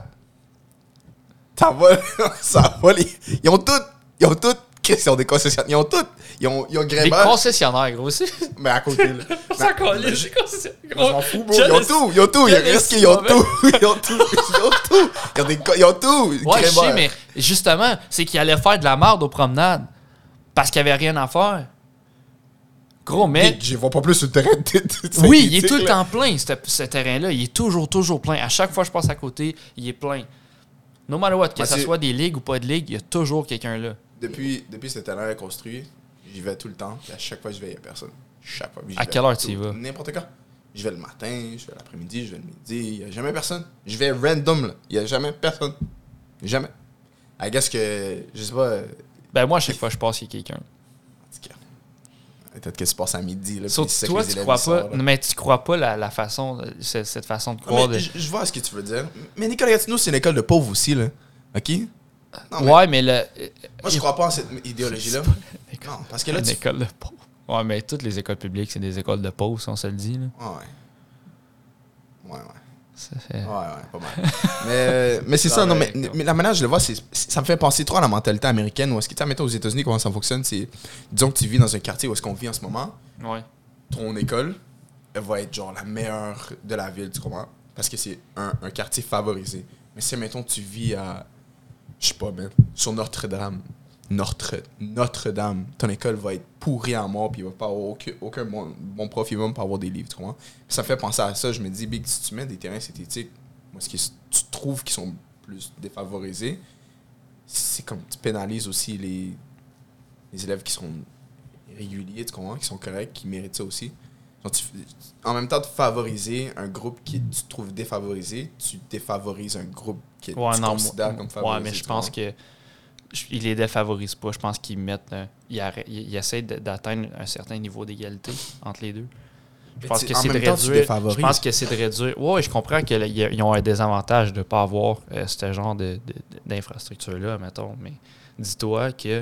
Ça va, ça va. Les... Ils ont toutes. Ils ont toutes. Qu'est-ce qu'ils ont des concessionnaires? Ils ont toutes. Ils ont, ils ont Des Grébert. concessionnaires, gros aussi. Mais à côté, là. Ça Mais- colle, mais- les concessionnaires. Je m'en fous, bro. Ils ont tout. Ils ont tout. Ils quel risquent. est-ce Ils ont mauvais? tout. Ils ont tout. Ils ont tout. Ils ont, des... co- ils ont tout. Ouais, je sais, Grébert. mais justement, c'est qu'ils allaient faire de la merde aux promenades. Parce qu'il n'y avait rien à faire. Gros, mais. Je vois pas plus sur le terrain. de- Oui, il est tout le là. temps plein, ce, ce terrain-là. Il est toujours, toujours plein. À chaque fois que je passe à côté, il est plein. No matter what, que Moi, ce c'est- soit des ligues ou pas de ligues, il y a toujours quelqu'un là. Depuis, depuis que ce terrain est construit, j'y vais tout le temps. Et à chaque fois, je vais, il n'y a personne. Chaque fois. j'y À vais quelle heure tout- tu y vas? N'importe quand. Je vais le matin, je vais l'après-midi, je vais le midi. Il n'y a jamais personne. Je vais random, là. Il n'y a jamais personne. Jamais. I guess que, je sais pas, euh, Ben moi, à chaque fois que je passe, il y a quelqu'un. en tout cas, peut-être que tu passes à midi. Là, So, puis c'est ça toi, que les tu élèves, crois ils sortent, pas, là. non, mais tu crois pas la, la façon, euh, cette, cette façon de Ah, croire. mais de... je, je vois ce que tu veux dire. Mais Nicolas Gatineau, c'est une école de pauvres aussi, là. OK? Non, mais Ouais, mais le. moi, je crois pas en cette idéologie-là. C'est Non, parce que là, une tu... école de pauvres. Ouais, mais toutes les écoles publiques, c'est des écoles de pauvres, si on se le dit. Là. Ouais, ouais. Ouais, ouais. Ça fait... Ouais, ouais, pas mal. mais mais c'est Ah ça, non, ouais, mais, non. mais la manière dont je le vois, c'est, c'est- ça me fait penser trop à la mentalité américaine. Où est-ce que, tu sais, mettons aux États-Unis, comment ça fonctionne, c'est, disons que tu vis dans un quartier où est-ce qu'on vit en ce moment, Ouais. ton école, elle va être genre la meilleure de la ville, tu comprends? Parce que c'est un, un quartier favorisé. Mais si, mettons, tu vis à, je sais pas, man, sur Notre-Dame, Notre, Notre-Dame, ton école va être pourrie à mort, puis il va pas avoir aucun, aucun bon, bon prof, il va même pas avoir des livres, tu comprends? Puis ça me fait penser à ça, je me dis, Big, si tu mets des terrains synthétiques, moi, ce que tu trouves qui sont plus défavorisés, c'est comme tu pénalises aussi les, les élèves qui sont réguliers, tu comprends, qui sont corrects, qui méritent ça aussi. Genre, tu- en même temps de favoriser un groupe qui tu trouves défavorisé, tu défavorises un groupe qui Ouais, tu non, considères moi- comme favorisé. ouais, mais je tu pense comprends? que je- ils les défavorisent pas. Je pense qu'ils mettent, euh, ils, arrêtent- ils- ils essaient de- d'atteindre un certain niveau d'égalité entre les deux. Je Mais pense tu- que en c'est de même temps, tu réduire. Je défavorises. pense que c'est de réduire. Ouais, je comprends qu'ils ont un désavantage de ne pas avoir euh, ce genre de, de- de- d'infrastructure-là, mettons. Mais dis-toi que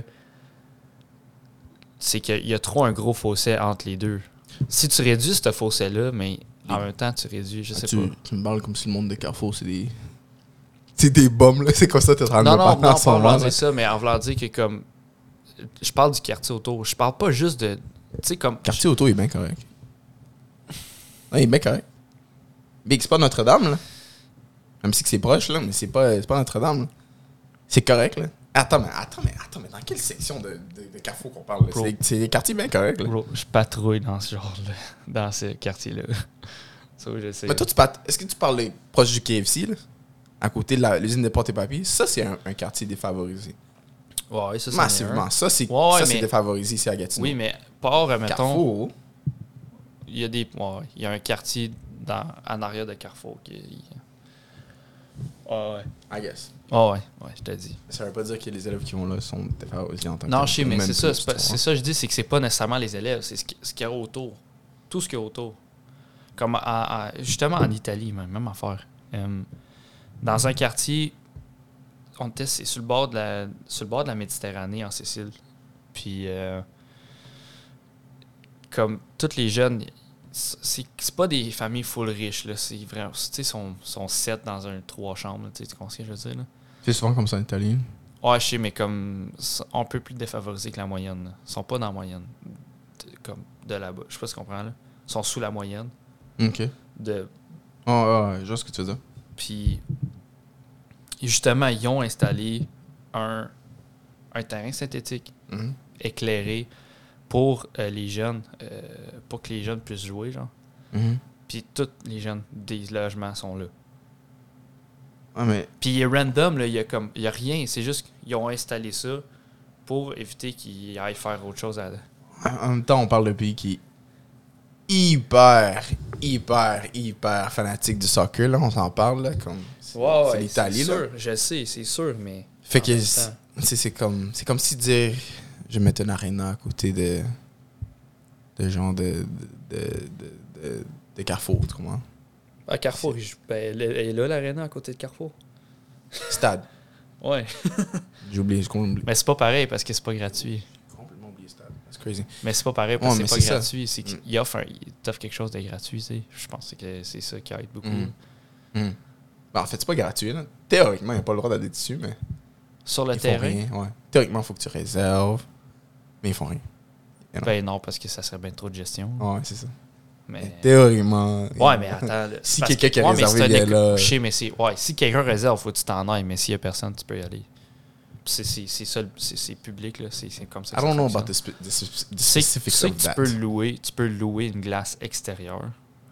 c'est qu'il y a trop un gros fossé entre les deux. Si tu réduis ce fossé-là, mais en même temps, tu réduis, je sais tu, pas. tu me parles comme si le monde de Carrefour, c'est des. C'est des bombes, là. C'est comme ça que tu es en train de Non, me non, parler non, en pas ce en moment, voulant là. dire ça, mais en voulant dire que comme. Je parle du quartier autour. Je parle pas juste de. Tu sais, comme. Le quartier auto est bien correct. Non, il est bien correct. Big, c'est pas Notre-Dame, là. Même si que c'est proche, là, mais c'est pas, c'est pas Notre-Dame, là. C'est correct, là. Attends, mais attends, mais attends, mais dans quelle section de, de, de Carrefour qu'on parle, là? Bro. C'est des, c'est des quartiers bien corrects, là. Bro, je patrouille dans ce genre de, dans ce quartier-là. Ça, je sais. Mais toi, tu pat- est-ce que tu parlais proche du K F C, là? À côté de la- l'usine de pâtes et papier? Ça, c'est un, un quartier défavorisé. Ouais, ça, c'est Massivement. Ça, c'est, Ouais, ouais, ça, c'est mais- défavorisé ici à Gatineau. Oui, mais part, mettons, Carrefour, il y a des. Ouais, il y a un quartier dans, en arrière de Carrefour qui. Ouais, ouais. I guess. Oh, ouais, ouais, je t'ai dit. Ça veut pas dire que les élèves qui vont là sont défavorisés en tant que Non, tel. je sais, mais Même c'est ça, plus, c'est, pas, tu c'est vois. ça que je dis, c'est que c'est pas nécessairement les élèves, c'est ce, qui- ce qu'il y a autour. Tout ce qu'il y a autour. Comme à- à- justement en Italie, même, même affaire. Euh, dans un quartier, on était c'est sur le bord de la sur le bord de la Méditerranée en Sicile. Puis euh, comme tous les jeunes, c'est, c'est pas des familles full riches là, c'est vraiment, tu sais, sont sont sept dans un trois chambres, tu sais, tu comprends ce que je veux dire là? C'est souvent comme ça en Italie. Ouais, je sais, mais comme un peu plus défavorisés que la moyenne. Là. Ils sont pas dans la moyenne. De, comme de là-bas. Je sais pas si tu comprends là. Ils sont sous la moyenne. OK. De. Oh, oh, ouais, je vois ce que tu veux dire. Puis justement, ils ont installé un, un terrain synthétique Mm-hmm. éclairé pour euh, les jeunes, euh, pour que les jeunes puissent jouer, genre. Mm-hmm. Puis tous les jeunes des logements sont là. Ah, mais... Puis il est random, là, il y a comme il y a rien, c'est juste qu'ils ont installé ça pour éviter qu'ils aillent faire autre chose à. En même temps, on parle d'un pays qui est hyper, hyper, hyper fanatique du soccer, là. On s'en parle, là, comme... C'est, Ouais, c'est ouais, l'Italie, c'est là. sûr, je sais, c'est sûr, mais... Fait en que, même c'est, temps. c'est, c'est comme... C'est comme si dire... Je vais mettre une arena à côté de... De genre de... De, de, de, de, de Carrefour, tu comprends? À Carrefour, je- ben, elle est là, l'aréna, à côté de Carrefour. Stade. Ouais. J'ai oublié, j'ai complètement oublié. Mais c'est pas pareil parce que c'est pas gratuit. complètement oublié Stade. C'est crazy. Mais c'est pas pareil parce Ouais, que mais c'est pas c'est ça. gratuit. C'est qu'il offre, un- il t'offre quelque chose de gratuit, tu sais. Je pense que c'est ça qui aide beaucoup. Mm. Mm. Ben, en fait, c'est pas gratuit, là. Théoriquement, il n'y a pas le droit d'aller dessus, mais... Sur le Ils terrain, font rien, ouais. Théoriquement, il faut que tu réserves, mais ils font rien. Et non. ben non, parce que ça serait bien trop de gestion. Ouais, c'est ça. Mais... Mais théoriquement... Ouais, mais attends. là, Si parce quelqu'un que- qui a ouais, mais réservé, c'est un il est éco- là. Je sais, mais c'est... Ouais, si quelqu'un réserve, faut que tu t'en ailles, mais s'il y a personne, tu peux y aller. C'est, c'est, c'est ça, le- c'est, c'est public, là. C'est, c'est comme ça I que ça don't know fonctionne. about the, spe- the, spe- the Tu sais, tu specifics sais of que tu that. peux louer, tu peux louer une glace extérieure.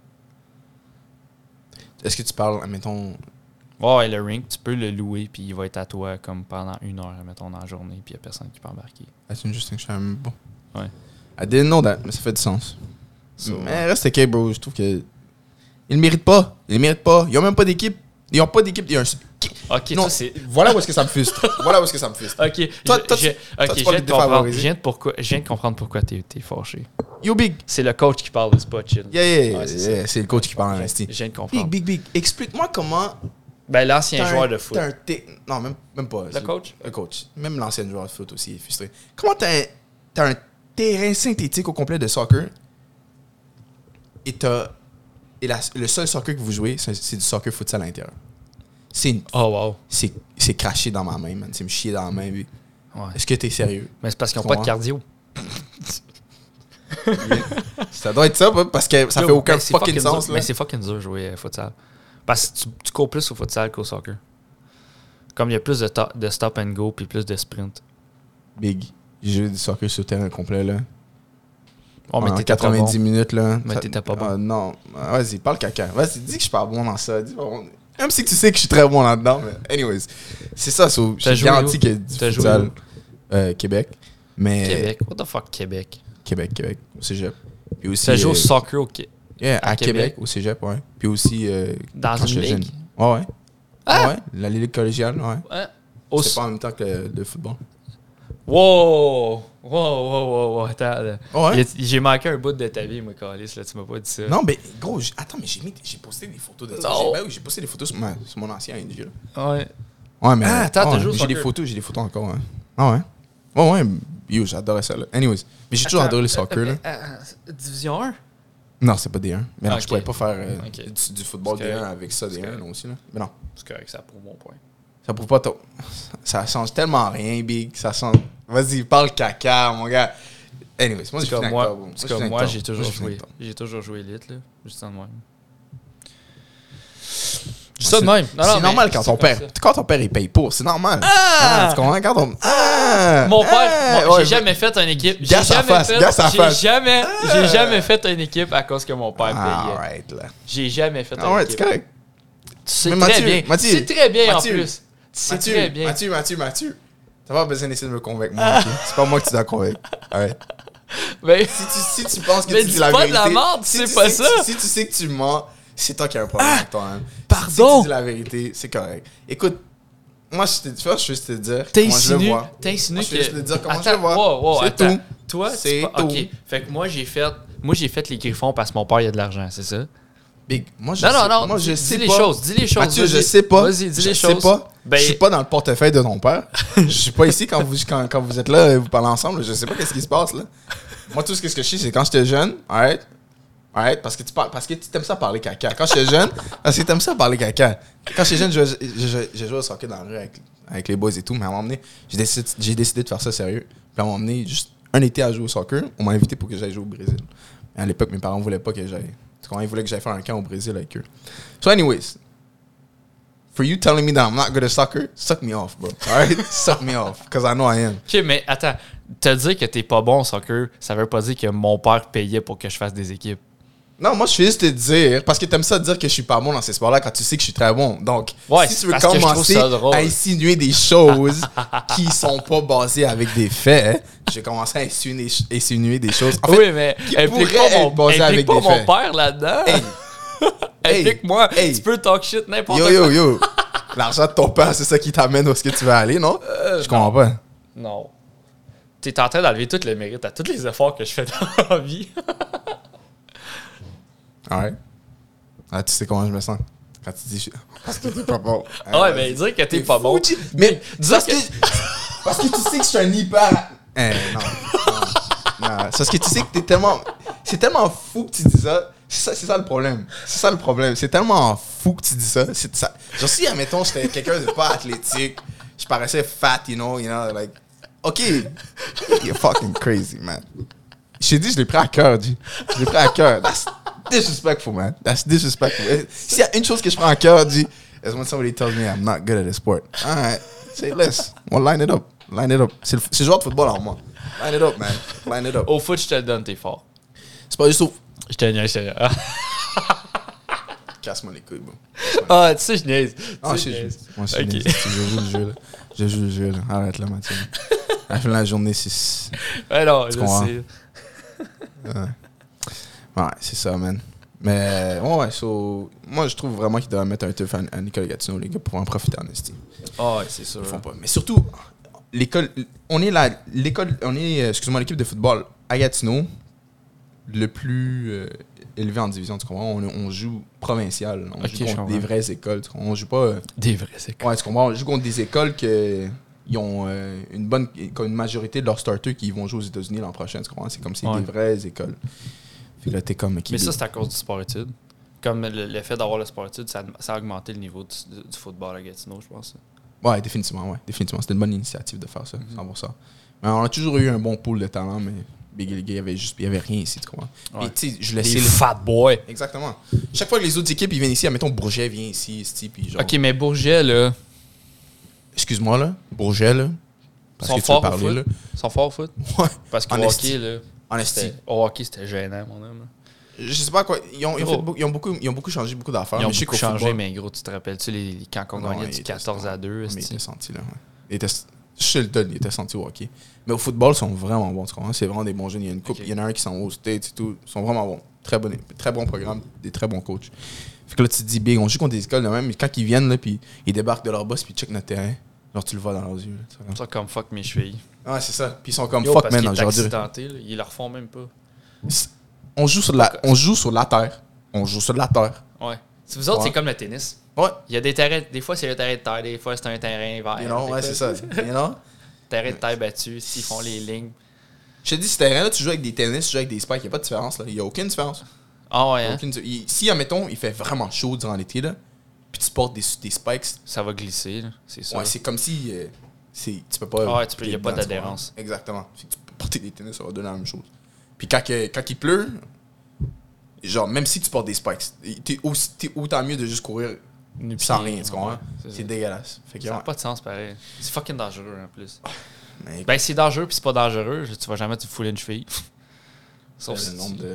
Est-ce que tu parles, admettons... Ouais, ouais, le rink, tu peux le louer, puis il va être à toi comme pendant une heure, mettons, dans la journée, puis il n'y a personne qui peut embarquer. That's interesting, je savais même pas. Ouais. I didn't know that, mais ça fait du sens. So, mais reste ok, bro, je trouve que... Ils le méritent pas. Ils le méritent pas. Ils ont même pas d'équipe. Ils ont pas d'équipe. Ils ont un... Ok, Non, toi, c'est... voilà où est-ce que ça me frustre. Voilà où est-ce que ça me frustre. Ok, Toi- je- toi, je- tu- ok, toi, tu je parles viens de de comprendre, défavorisé. je viens de, pourquoi, je viens de comprendre pourquoi t'es, t'es fâché. Yo, Big. C'est le coach qui parle de ce pas chill. Yeah, yeah, Ouais, c'est yeah. C'est le coach qui parle en Je esti. je viens de Big, comprendre. Big, Big. Explique-moi comment... Ben, l'ancien t'as joueur un- de foot. t'as un t- Non, même, même pas. Le coach? Le coach. Même l'ancien joueur de foot aussi est frustré. Comment t'as un, t'as un terrain synthétique au complet de soccer et t'as... Et la- le seul soccer que vous jouez, c'est, c'est du soccer futsal à l'intérieur. C'est, une- Oh, wow. c'est, c'est craché dans ma main, man. C'est me chier dans la main. Big. Ouais. Est-ce que t'es sérieux? Mais c'est parce qu'ils n'ont Tu pas de comprends? cardio. Ça doit être ça, pas? Parce que ça Yo, fait aucun ben, c'est fucking dur, sens, là. Mais c'est fucking dur de jouer au futsal. Parce que tu, tu cours plus au futsal qu'au soccer. Comme il y a plus de, to- de stop and go puis plus de sprint. Big. J'ai joué du soccer sur le terrain complet, là. Oh, mais En t'étais pas quatre-vingt-dix bon. minutes, là. Mais Ça- t'étais pas bon. Ah, non. Ah, vas-y, parle caca. Vas-y, dis que je suis pas bon dans ça. Dis bon. Même si tu sais que je suis très bon là-dedans. Mais anyways, c'est ça. So, je T'as suis joué garanti où? qu'il y a du T'as joué futsal. où? Euh, Québec. Mais Québec. What the fuck, Québec? Québec, Québec, au cégep. Puis aussi, Ça joue au euh, soccer au Québec. yeah, à, à Québec, Québec. au cégep, ouais. Puis aussi... euh, Dans quand une j'étais ligue? jeune. Ouais, ouais. Ah! Ouais, la ligue collégiale, ouais. Ouais. Au C'est pas en même temps que le, le football. Wow! Wow, wow, wow, wow. Attends, là. Ouais. Il y a- J'ai manqué un bout de ta vie, moi, Calis, là. Tu m'as pas dit ça. Non, mais gros, j'ai- attends, mais j'ai, mis, j'ai posté des photos de ça. Non. J'ai, ben oui, j'ai posté des photos sur, ma- sur mon ancien I G, là. Ouais. Ouais, mais. Ah, attends, t'as ouais, joué au j'ai des soccer. photos, j'ai des photos encore, hein. Ah ouais? Ouais, ouais. Yo, j'adorais ça, là. Anyways. Mais j'ai toujours Attends, adoré le euh, soccer, euh, là. euh, euh, Division un? Non, c'est pas D un. Mais non, Ok. je pouvais pas faire euh, Ok. du, du football C'est D un correct. avec ça C'est D un, correct. non, aussi, là. Mais non. C'est correct, ça prouve mon point. Ça prouve pas ton. Ça change tellement rien, Big. Ça change. Vas-y, parle caca, mon gars. Anyways, moi, C'est je comme finis moi, avec toi, bon. c'est je comme finis moi, avec j'ai toi. toujours Moi, je finis joué. avec toi. J'ai toujours joué élite, là. Juste en même. C'est ça de même. Non, non, c'est mais normal quand c'est ton comme père. ça. Quand ton père il paye pour, c'est normal. Ah! Tu comprends? Quand on. Ah! Mon père, Ah! moi, Ouais, j'ai jamais fait une équipe. J'ai Gars sa jamais face, fait. gars sa J'ai face. jamais, j'ai jamais fait une équipe à cause que mon père Ah, payait. alright, là. J'ai jamais fait une Ah, ouais, c'est équipe. correct. Tu sais Mais très Mathieu, bien. Mathieu, tu sais très bien Mathieu, en plus. Tu sais Mathieu, très bien. Mathieu, Mathieu, Mathieu. T'as pas besoin d'essayer de me convaincre, moi, ok? C'est pas moi que tu dois convaincre. Alright. Mais Si tu, si tu penses que Mais tu dis dis la pas vérité. de la merde, si c'est tu pas sais ça. que tu- si tu sais que tu mens, C'est toi qui as un problème Ah! avec toi-même. Pardon? Si tu dis la vérité, c'est correct. Écoute, moi, je te, tu vois, je vais juste te dire comment je le vois. T'insinues Moi, je vais juste que... te dire comment Attends, je le vois. wow, wow, c'est attends. tout. Toi, C'est tu pas- tout. OK. Fait que moi, j'ai fait... Moi, j'ai fait les Griffons parce que mon père, il a de l'argent, c'est ça? Big, moi, je Non, sais, non, non. moi, dis, je dis sais les pas. choses. Dis les choses. Mathieu, je vas-y. sais pas. Vas-y, dis je les sais choses. pas. Ben, Je suis pas dans le portefeuille de ton père. Je suis pas ici quand vous, quand, quand vous êtes là et vous parlez ensemble. Je sais pas qu'est-ce qui se passe, là. Moi, tout ce que je sais, c'est quand j'étais jeune, alright? Alright? Parce que tu parles, parce que tu aimes ça parler caca. Quand j'étais jeune, parce que tu aimes ça parler caca. Quand j'étais jeune, je- je- je- j'ai joué au soccer dans la rue avec, avec les boys et tout, mais à un moment donné, j'ai décidé, j'ai décidé de faire ça sérieux. Puis à un moment donné, juste un été à jouer au soccer, on m'a invité pour que j'aille jouer au Brésil. Mais à l'époque, mes parents voulaient pas que j'aille. Ils voulaient que j'aille faire un camp au Brésil avec eux. So, anyways, for you telling me that I'm not good at soccer, suck me off, bro. Alright? Suck me off, because I know I am. OK, mais attends. Te dire que t'es pas bon au soccer, ça veut pas dire que mon père payait pour que je fasse des équipes. Non, moi, je suis juste te dire, parce que t'aimes ça dire que je suis pas bon dans ces sports-là quand tu sais que je suis très bon. Donc, Ouais, si c'est tu veux parce que je trouve commencer ça drôle. à insinuer des choses qui sont pas basées avec des faits, je vais commencer à insinuer, insinuer des choses. En fait, oui, mais qui implique pourraient pas mon, être basées implique avec pas des mon faits. père là-dedans. Hey, hey, Implique-moi. hey. Tu peux talk shit n'importe yo, quoi. yo, yo. L'argent de ton père, c'est ça qui t'amène où est-ce que tu veux aller, non? Euh, je comprends pas. Non. T'es en train d'enlever tout le mérite à tous les efforts que je fais dans la vie. Alright. Ah, tu sais comment je me sens quand tu dis parce que t'es pas bon. Ah ouais, mais dire que t'es pas bon. fou, mais Dire parce que- que... parce que tu sais que je suis un hyper. Eh, non. non. non. C'est parce que tu sais que t'es tellement. C'est tellement fou que tu dis ça. C'est ça, c'est ça le problème. C'est ça le problème. C'est tellement fou que tu dis ça. C'est ça. Genre, si, admettons, j'étais quelqu'un de pas athlétique, je paraissais fat, you know, you know, like. OK. You're fucking crazy, man. Je t'ai dit, je l'ai pris à cœur, G. Je l'ai pris à cœur. That's disrespectful, man. That's disrespectful. S'il y a une chose que je prends à cœur, G, is when somebody tells me I'm not good at a sport. All right. Say less. Well, line it up. Line it up. C'est le, c'est le joueur de football en moi. Line it up, man. Line it up. Au foot, je te le donne, t'es fort. C'est pas juste au... Je te niaise, je te niaise. Casse-moi les couilles, bro. Ah, tu sais, je niaise. Tu Ah, sais, je je joue. niaise. Moi, je Ok. niaise. Je joue le jeu, là. Je joue le jeu, là. Arrête, là, Mathieu. À la fin de la journée, c'est... Ouais, non, je comprends? sais. Ouais, c'est ça, man. Mais, ouais, ouais, so, moi, je trouve vraiment qu'ils devraient mettre un teuf à, à Nicolas Gatineau, les gars, pour en profiter en estime. Ah, ouais, c'est sûr. Ils font pas. Mais surtout, l'école, on est la, l'école, on est, euh, excuse-moi, l'équipe de football à Gatineau, le plus euh, élevé en division, tu comprends? On, on joue provincial, on Ok, joue je contre comprends. des vraies écoles, tu comprends? On joue pas... euh, Des vrais écoles. ouais, tu comprends? On joue contre des écoles que... Ils ont euh, une bonne comme une majorité de leurs starters qui vont jouer aux États-Unis l'an prochain, tu comprends? C'est comme si Ouais. des vraies écoles. Fait que là, t'es comme... Mais ça, c'est à cause du sport-études. Comme le, le fait d'avoir le sport-études, ça, ça a augmenté le niveau du, du football à Gatineau, je pense. Ouais, définitivement, ouais. Définitivement. C'était une bonne initiative de faire ça, cent pour cent. Mais on a toujours eu un bon pool de talent, mais Big les gars, il y avait juste... Il y avait rien ici, tu comprends? Ouais. Et tu sais, je Les laissais... fat boys. Exactement. Chaque fois que les autres équipes ils viennent ici, admettons Bourget vient ici, ici puis genre... Ok, mais Bourget, là, Excuse-moi, là. Bourget, là. Parce sont que tu veux forts au parler, foot. là. Ils sont forts au foot. Ouais. Parce qu'au En esti. hockey, là, En esti. c'était- au hockey, c'était gênant, mon homme. là. Je sais pas quoi. Ils ont, ils ont, Gros. fait beaucoup, ils ont, beaucoup, ils ont beaucoup changé beaucoup d'affaires. Ils ont mais je sais beaucoup qu'au changé, football- mais gros, tu te rappelles-tu les, les- quand on Non, gagnait il du était- quatorze à deux? Mais il esti? était senti, là. Ouais. Il était, je sais le donne, il était senti au hockey. Mais au football, ils sont vraiment bons, tu comprends? C'est vraiment des bons jeunes. Il y a une coupe, Ok. il y en a un qui sont aux States et tout. Ils sont vraiment bons. Très bon, très bon programme, des très bons coachs. Fait que là, tu te dis, big, on joue contre des écoles de même, mais quand ils viennent, là, puis ils débarquent de leur boss, puis ils checkent notre terrain, genre, tu le vois dans leurs yeux. Là, tu vois, comme- Ça, comme fuck mes chevilles. Ouais, c'est ça. Puis ils sont comme Yo, fuck, parce man, qu'il est aujourd'hui. accidenté, là, ils le refont même pas. On joue sur la, on joue sur la terre. On joue sur la terre. Ouais. Si vous autres, Ouais. c'est comme le tennis. Ouais. Il y a des terrains, des fois c'est le terrain de terre, des fois c'est un terrain vert. You know, Des ouais, fois, c'est ça. You know? Terrain de terre battu, s'ils font les lignes. Je te dis, ce terrain-là, tu joues avec des tennis, tu joues avec des spikes, il n'y a pas de différence. Là. Il n'y a aucune différence. Ah ouais, Il y a hein? aucune- il- si, admettons, il fait vraiment chaud durant l'été, là, puis tu portes des, des spikes, Ça va glisser, là, c'est sûr. ouais, c'est comme si euh, c'est, tu peux pas. Ah ouais, tu peux- piquer y a pas dedans, tu d'adhérence. vois. Exactement. Fait que tu peux porter des tennis, ça va donner la même chose. Puis quand, que- quand il pleut, genre, même si tu portes des spikes, t'es, aussi, t'es autant mieux de juste courir Nu sans pied, rien, tu comprends? ouais, c'est c'est ça. dégueulasse. Fait que, Ça n'a ouais. pas de sens pareil. C'est fucking dangereux en plus. Mais, Ben c'est dangereux puis c'est pas dangereux, tu vas jamais te fouler une cheville. Sauf le si nombre tu- de.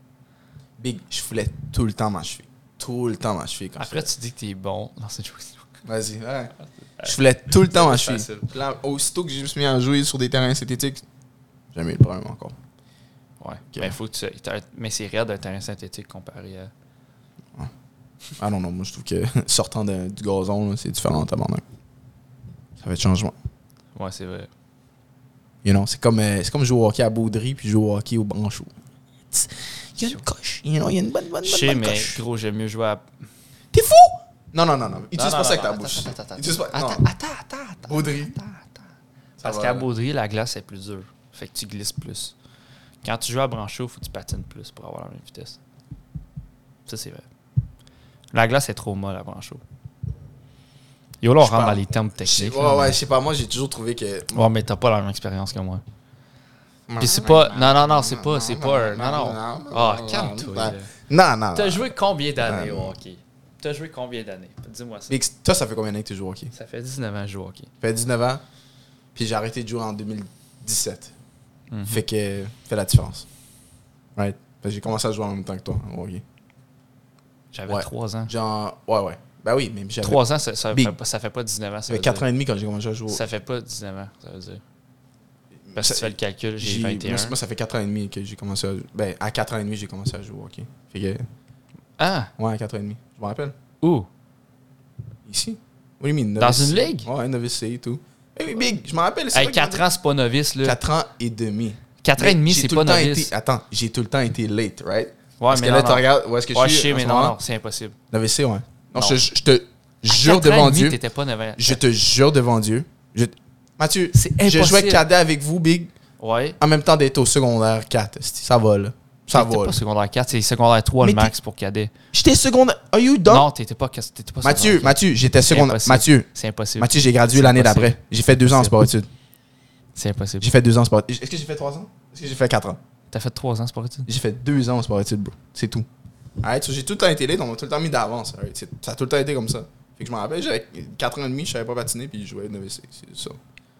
Big, je foulais tout le temps ma cheville. Tout le temps ma cheville. Quand Après je tu dis que t'es bon dans cette chose. Vas-y, ouais. Je voulais tout le temps ma C'est cheville. facile. Puis là, aussitôt que je me suis mis à jouer sur des terrains synthétiques, j'ai jamais eu le problème encore. Ouais. Ben faut que tu. t'as- Mais c'est raide un terrain synthétique comparé à. Ah non, non, moi je trouve que sortant de, du gazon, là, c'est différent, tabarnak. Ça fait de changement. Ouais, c'est vrai. You know, c'est comme, euh, c'est comme jouer au hockey à Baudry puis jouer au hockey au Branchot. Il y a une coche. You know, il y a une bonne, bonne, Je bonne, sais, bonne mais coche. gros, j'aime mieux jouer à. T'es fou? Non, non, non, non. Utilise Non, pas non, ça avec non, ta attends, bouche. attends, attends, Utilise pas. attends, Non. attends, attends, attends, attends. Baudry. Attends, attends. Ça Parce va, qu'à là. Baudry, la glace est plus dure. Fait que tu glisses plus. Quand tu joues à Branchot, faut que tu patines plus pour avoir la même vitesse. Ça, c'est vrai. La glace est trop molle à Branchot. Yo, là, on Je rentre parle- dans les termes Je sais- techniques. Ouais, là, ouais, mais- je sais pas, moi j'ai toujours trouvé que. Ouais, mais t'as pas la même expérience que moi. Puis c'est pas. Non, non, non, c'est pas. C'est pas. un- Non, non. Ah, calme-toi. là. Non, non. T'as non. joué combien d'années Ah, au hockey? T'as joué combien d'années? Dis-moi ça. Big, toi, ça fait combien d'années que tu joues au hockey? Ça fait dix-neuf ans que je joue au hockey. Ça fait dix-neuf ans, puis j'ai arrêté de jouer en deux mille dix-sept. Mhm. Fait que. Fait la différence. Right? Fait que j'ai commencé à jouer en même temps que toi au hockey. J'avais Ouais. trois ans. Genre. Ouais, ouais. Ben oui, mais j'avais. trois ans, ça, ça, Big. fait, pas- ça fait pas dix-neuf ans. Ça J'avais veut quatre dire. ans et demi quand j'ai commencé à jouer au Ça fait pas dix-neuf ans, ça veut dire. Parce que Ça- tu fais le calcul, j'ai J'ai- vingt et un. Moi, moi, ça fait quatre ans et demi que j'ai commencé à jouer. Ben, à quatre ans et demi, j'ai commencé à jouer au hockey. Fait que. Ah! Ouais, à quatre ans et demi. Je me rappelle. Où? Ici. What do you mean? Dans Novice une C? ligue? Ouais, Novice C et tout. Eh oui, Big, je me rappelle. Hey, quatre ans, c'est pas novice, là. quatre ans et demi. quatre ans Mais et demi, j'ai c'est tout pas le temps novice. été- Attends, j'ai tout le temps été late, right? Ouais, Parce mais que non, là, tu non. regardes où est-ce que je Ouais, suis. je sais, en mais ce non, moment. non, c'est impossible. Novice C, ouais. Non, Non. je, je te jure quatre ans et devant demi, Dieu. T'étais pas neuf ans. Je te jure devant Dieu. Je- Mathieu, C'est je jouais impossible. cadet avec vous, Big, Ouais. en même temps d'être au secondaire quatre. esti. Ça va, là. Ça T'étais va, pas là. secondaire quatre, c'est secondaire trois le Mais max pour cadet. J'étais secondaire. Are you dumb? Non, t'étais pas, t'étais pas Mathieu, secondaire quatre. Mathieu, j'étais C'est secondaire. impossible. Mathieu, C'est impossible. Mathieu, j'ai gradué C'est l'année impossible. d'après. J'ai fait deux ans en C'est sport-études. C'est impossible. J'ai fait deux ans en sport-études. Est-ce que j'ai fait trois ans? Est-ce que j'ai fait quatre ans? T'as fait trois ans, c'est pas études? J'ai fait deux ans en sport-études, bro. C'est tout. Alright, so j'ai tout le temps été late, on m'a tout le temps mis d'avance. Alright, c'est- ça a tout le temps été comme ça. Fait que je me rappelle, j'avais quatre ans et demi, je savais pas patiner, puis je jouais Novice C. C'est ça.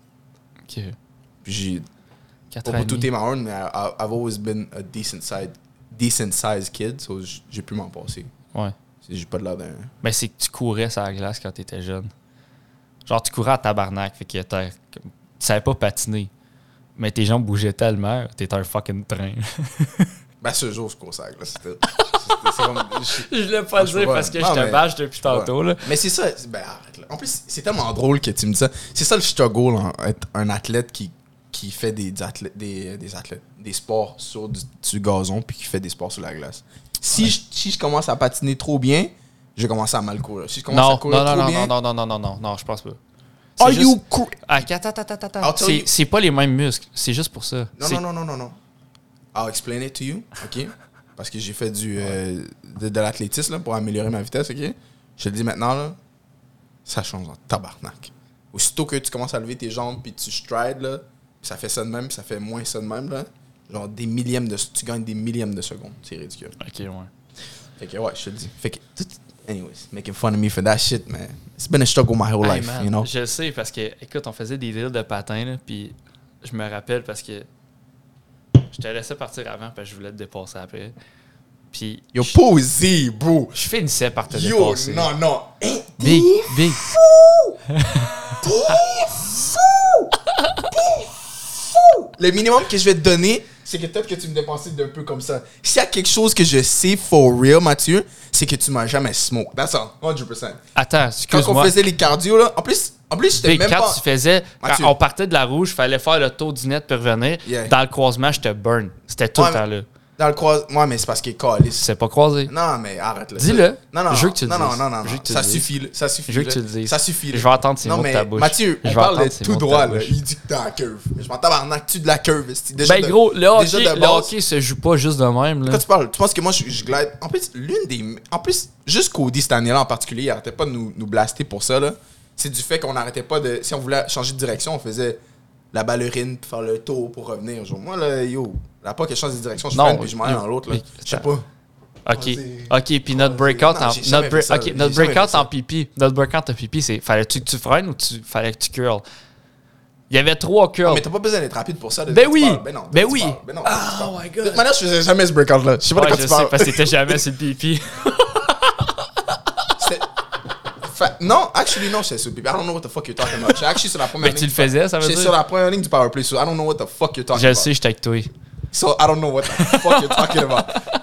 Ok. Puis j'ai. quatre Pas ans et pour tout demi. est ma own, mais I- I- I've always been a decent side, decent sized kid, so j- j'ai pu m'en passer. Ouais. C'est- J'ai pas de l'air d'un. Ben, c'est que tu courais sur la glace quand t'étais jeune. Genre, tu courais à tabarnak, fait que t'as- tu savais pas patiner. Mais tes jambes bougeaient tellement, t'étais un fucking train. Ben, ce jour, je cours ça, là. C'était. c'était- c'est comme- je- Je voulais pas Je le dire peux parce pas. que Non, je te mais- bâche depuis tantôt, là. Mais c'est ça. c'est- Ben, arrête, là. En plus, c'est tellement drôle que tu me dis ça. C'est ça le struggle, hein, être un athlète qui, qui fait des, athlètes, des, des athlètes, des sports sur du, du gazon puis qui fait des sports sur la glace. Si, je, si je commence à patiner trop bien, je vais commencer à mal courir. Si je commence Non, à courir non, non, trop non, bien. non, non, non, non, non, non, je pense pas. Are C'est juste- you cra- Ah, Attends, attends, attends, attends. I'll tell C'est you- c'est pas les mêmes muscles, c'est juste pour ça. Non, C'est- non, non, non, non, non. I'll explain it to you, OK? Parce que j'ai fait du, euh, de, de l'athlétisme là, pour améliorer ma vitesse, OK? Je te le dis maintenant, là, ça change en tabarnak. Aussitôt que tu commences à lever tes jambes puis tu strides, là, puis ça fait ça de même, puis ça fait moins ça de même, là, genre des millièmes de... Tu gagnes des millièmes de secondes. C'est ridicule. Ok, ouais. Fait que, ouais, je te le dis. Fait que, tout- anyways, making fun of me for that shit, man. It's been a struggle my whole Hey, life, man, you know? Je le sais parce que, écoute, on faisait des drills de patin, là, puis je me rappelle parce que je te laissais partir avant parce que je voulais te dépasser après. Puis Yo, je, posé, bro! je finissais par te Yo, dépasser. non, non! Hey, Big, big. Le minimum que je vais te donner, c'est que peut-être que tu me dépensais d'un peu comme ça. S'il y a quelque chose que je sais for real, Mathieu, c'est que tu m'as jamais smoke. That's all. one hundred percent. Attends, Quand on excuse-moi. faisait les cardio, là, en plus, en plus j'étais Big, même quand pas... tu faisais, quand Mathieu. on partait de la rouge, il fallait faire le tour du net pour revenir. Yeah. Dans le croisement, je te burn. C'était tout Ouais, le temps là. Dans le croise... Ouais, mais c'est parce qu'il est calice. C'est pas croisé. Non, mais arrête, là. Dis-le. Non, non, Je veux que tu le non, non, dises. non, non, Je veux non. que tu Ça le dises. suffit, là. Ça suffit, Je veux que là. tu le dises. Ça suffit, là. Je vais entendre ces non, mots de mais ta bouche. Mathieu, Je on vais parle entendre de ces tout mots de ta droit, là. bouche. Il dit que t'es en curve. Mais je m'en tabarnak-tu de la curve, esti. Déjà Ben de- gros, le déjà hockey, de le base- hockey se joue pas juste de même. Quand Là. tu parles, tu penses que moi je, je glide. En plus, l'une des. En plus, juste Cody cette année-là en particulier, il arrêtait pas de nous, nous blaster pour ça, là. C'est du fait qu'on n'arrêtait pas de. Si on voulait changer de direction, on faisait la ballerine pour faire le tour pour revenir. Genre, moi, là, yo, la pas qu'elle change de direction, je Non, freine puis je m'en vais yo, dans l'autre, là. mais- Je sais pas. OK. c'est- OK, puis notre c'est- breakout non, en j'ai jamais notre, fait ça. OK, J'ai notre jamais breakout fait ça. en pipi, notre breakout en pipi, c'est fallait-tu que tu freines ou tu fallait que tu curls. Il y avait trois Non, curls. mais t'as pas besoin d'être rapide pour ça. de Ben quoi tu oui. parles. Ben non. de Ben quoi tu oui. parles. Ben non. de quoi tu Oh parles. my De god. toute manière, je faisais jamais ce breakout-là. Je sais pas Ouais, de quoi je tu sais parles. parce que t'étais jamais sur le pipi. C'était- Fa- Non, actually, non, c'est sur. I don't know what the fuck you're talking about. J'étais actually sur la première Mais ligne. tu le faisais, ça veut J'étais dire. sur la première ligne du powerplay, so I don't know what the fuck you're talking Je le about. sais, j'étais avec toi. So I don't know what the fuck you're talking about. Tu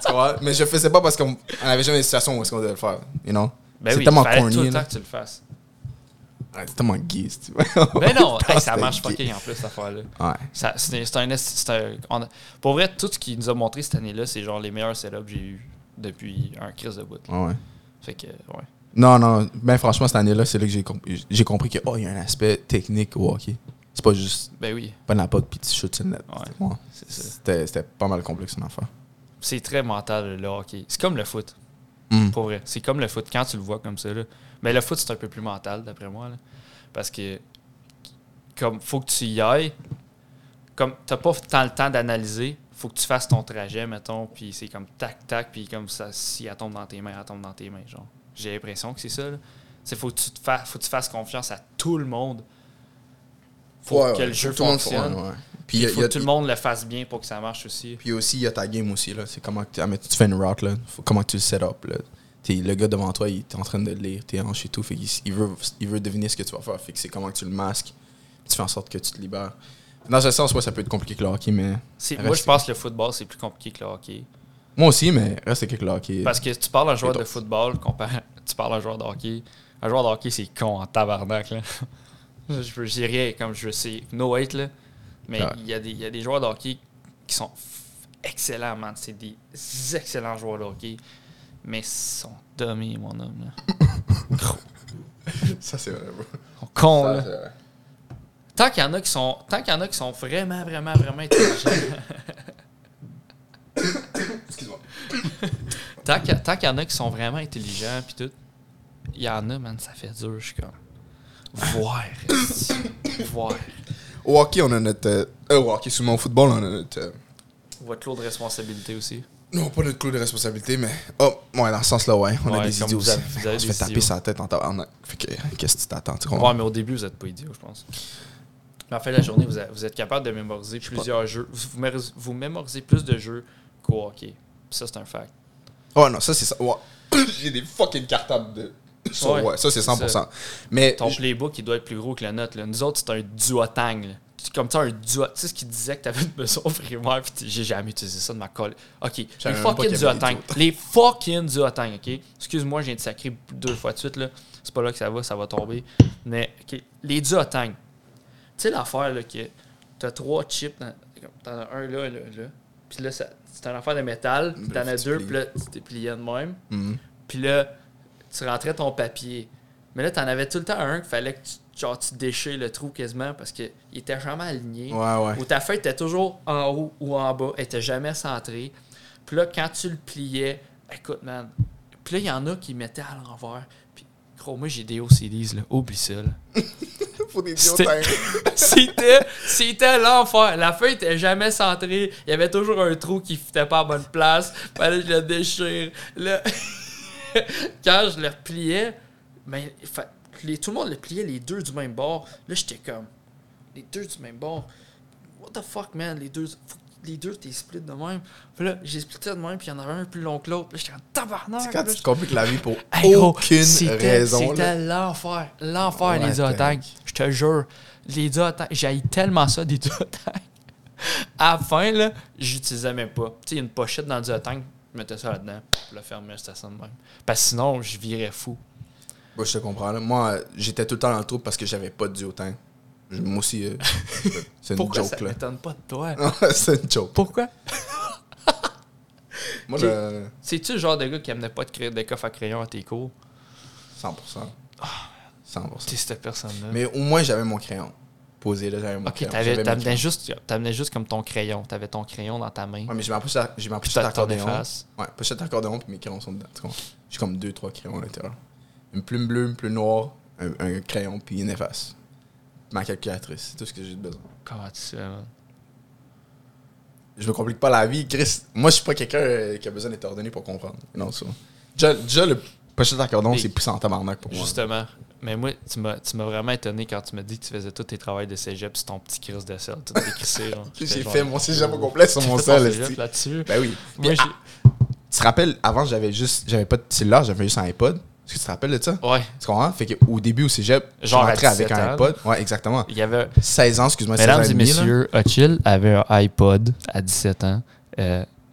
vois? Mais je faisais pas parce qu'on avait jamais une situation où est-ce qu'on devait le faire, you know? Ben c'est oui, tellement fallait corny. tout le là. temps que tu le fasses. Ouais, c'est tellement gay, tu vois. Ben non, hey, ça C'était marche gay. fucking en plus, cette affaire-là. Ouais. Ça, c'est, c'est un, c'est un on a- pour vrai, tout ce qu'il nous a montré cette année-là, c'est genre les meilleurs setups que j'ai eu depuis un crise de bout. là. Ouais. Fait que, ouais. Non, non. Ben franchement, cette année-là, c'est là que j'ai, comp- j'ai compris que, oh, il y a un aspect technique au hockey. C'est pas juste Ben oui, pas de la pote puis tu shoots sur le net. Ouais. Ouais. c'est ça. C'était, c'était pas mal complexe, son affaire. C'est très mental, le hockey. C'est comme le foot, Mm. pour vrai. C'est comme le foot quand tu le vois comme ça. Là. Mais le foot, c'est un peu plus mental, d'après moi. Là. Parce que, comme, faut que tu y ailles. Comme, t'as pas tant le temps d'analyser. Faut que tu fasses ton trajet, mettons. Puis c'est comme tac, tac. Puis comme ça, si elle tombe dans tes mains, elle tombe dans tes mains. Genre. J'ai l'impression que c'est ça. Là. C'est faut que tu te fasses, faut que tu fasses confiance à tout le monde. Faut Ouais, que ouais, le jeu tout le monde fonctionne. ouais, ouais. Puis Puis il il y a- faut il y a- que tout le monde le fasse bien pour que ça marche aussi. Puis aussi, il y a ta game aussi. Là. C'est comment que tu, ah, mais tu fais une route, là. Faut- comment tu le set up. Là. T'es, le gars devant toi, il est en train de lire tes hanches et tout. Fait qu'il, il, veut, il veut deviner ce que tu vas faire. Fait que c'est comment que tu le masques. Tu fais en sorte que tu te libères. Dans ce sens, ouais, ça peut être compliqué que le hockey, mais. C'est, reste- moi, je pense que le football, c'est plus compliqué que le hockey. Moi aussi, mais reste que le hockey. Parce que tu parles à un joueur C'est de tough. football, comparé, tu parles à un joueur de hockey. Un joueur de hockey, c'est con en tabarnak. Là. je veux je dis rien, comme je sais, no hate, là. Mais Ouais. il y, a des- il y a des joueurs de hockey qui sont f- excellents, man. C'est des excellents joueurs de hockey. Mais ils sont dummies, mon homme. Là. Ça, c'est vrai, bro. Ils sont cons, Ça, là. c'est vrai. Tant qu'il y en a qui sont, tant qu'il y en a qui sont vraiment, vraiment, vraiment intelligents. Excuse-moi. tant, qu'il y a- tant qu'il y en a qui sont vraiment intelligents, puis tout, il y en a, man, ça fait dur. Je suis comme. Voir, esti. Voir. Au hockey, on a notre. Euh, euh, au hockey, souvent au football, on a notre. euh, Votre lot de responsabilité aussi. non, pas notre clou de responsabilité, mais. Oh, ouais, dans ce sens-là, ouais. On a Ouais, des comme idiots vous aussi. avez- vous avez On se des fait taper idiots. sa tête en tabarnak. Fait que, qu'est-ce que tu t'attends? Tu comprends? Ouais, mais au début, vous êtes pas idiot, je pense. Mais en fin de la journée, vous, a- vous êtes capable de mémoriser plusieurs jeux. Vous, vous mémorisez- vous mémorisez plus de jeux qu'au hockey. Puis ça, c'est un fact. Ouais, non, ça, c'est ça. Ouais. J'ai des fucking cartables de. Ça, Ouais, ouais, ça, c'est c'est cent pour cent. ça. Mais. Ton playbook, il doit être plus gros que la note. Là. Nous autres, c'est un duotang. Là. C'est comme ça, un duo. Tu sais ce qu'il disait que t'avais besoin au primaire, puis t- j'ai jamais utilisé ça de ma colle. Ok, les savais même pas fucking qu'il y avait des duotang. Les fucking duotang, ok? Excuse-moi, je viens de sacrer deux fois de suite, là. C'est pas là que ça va, ça va tomber. Mais, ok, les duotang. Tu sais l'affaire, là, que t'as trois chips, dans- t'en as un là, là, là. Puis là, ça- c'est une affaire de métal, puis t'en as tu deux, plies. puis là, tu t'es plié de même. Mhm. Puis là, tu rentrais ton papier. Mais là, t'en avais tout le temps un qu'il fallait que tu, genre, tu déchires le trou quasiment parce qu'il était jamais aligné. Ouais, ouais. Ou ta feuille était toujours en haut ou en bas, elle était jamais centrée. Puis là, quand tu le pliais, écoute, man. Puis là, il y en a qui mettaient à l'envers. Puis, gros, moi, j'ai des O C Ds, là. Oublie ça, là. Faut des C'était- idiots. C'était, c'était l'enfer. La feuille était jamais centrée. Il y avait toujours un trou qui ne fitait pas à bonne place. Fallait que je le déchire. Là, quand je le repliais, ben, il fa- les, tout le monde le pliait les deux du même bord. Là, j'étais comme, les deux du même bord. What the fuck, man? Les deux, faut que les deux, t'es split de même. Puis là, j'ai splitté de même, puis il y en avait un plus long que l'autre. Puis là, j'étais en tabarnak. C'est quand Là, tu te compliques la vie pour Hey, gros, aucune c'était- raison. là. C'était l'enfer. L'enfer, Ouais, les duotangs. tank. Je te jure. Les duotangs. J'haïs tellement ça, des duotangs. À la fin, là, j'utilisais même pas. Tu sais, il y a une pochette dans le duotang. Je mettais ça là-dedans. Je le fermais, c'était ça de même. Parce que sinon, je virais fou. Moi, je te comprends. Là. Moi, euh, j'étais tout le temps dans le trou parce que j'avais pas de duotang. Je- Moi aussi, euh, c'est une Pourquoi joke, ça là. m'étonne pas de toi? C'est une joke. Pourquoi? Moi, Ok. le C'est-tu le genre de gars qui aimait pas de créer des coffres à crayon à tes cours? cent pour cent. cent pour cent. Tu sais, cette personne-là. Mais au moins, j'avais mon crayon. Posé, là, j'avais mon Ok, crayon. t'avais- J'avais mes t'amenais crayons. juste, t'amenais juste comme ton crayon. T'avais ton crayon dans ta main. Ouais, mais j'ai ma pochette, j'ai ma Puis pochette t'as ton d'accordéon. efface. Ouais, pochette d'accordéon, puis mes crayons sont dedans. tu comprends? J'ai comme deux, trois crayons à l'intérieur. Une plume bleue, une plume noire, un, un crayon, puis une efface. Ma calculatrice, c'est tout ce que j'ai besoin. Comment tu sais, man? Je me complique pas la vie, Chris. Moi, je suis pas quelqu'un euh, qui a besoin d'être ordonné pour comprendre. Non, ça. Déjà, déjà le pochette d'accordéon, Mais- c'est plus en tabarnak pour moi. Justement. Mais moi, tu m'as, tu m'as vraiment étonné quand tu m'as dit que tu faisais tous tes travaux de cégep sur ton petit crise de sel. Tout décrissé, genre. J'ai J'étais genre, fait mon cégep au complet sur mon T'as fait ton sel. cégep esti. là-dessus. Ben oui. Moi, Puis, j'ai... ah, tu te rappelles, avant, j'avais juste. J'avais pas de cellulaire, j'avais juste un iPod. Est-ce que tu te rappelles de ça? Ouais. Tu comprends? Fait qu'au début, au cégep, Genre à j'entrais avec dix-sept un ans. iPod. Ouais, exactement. Il y avait... seize ans, excuse-moi, seize ans Mesdames et et demi, là. messieurs, Ochil avait un iPod à dix-sept ans. Euh,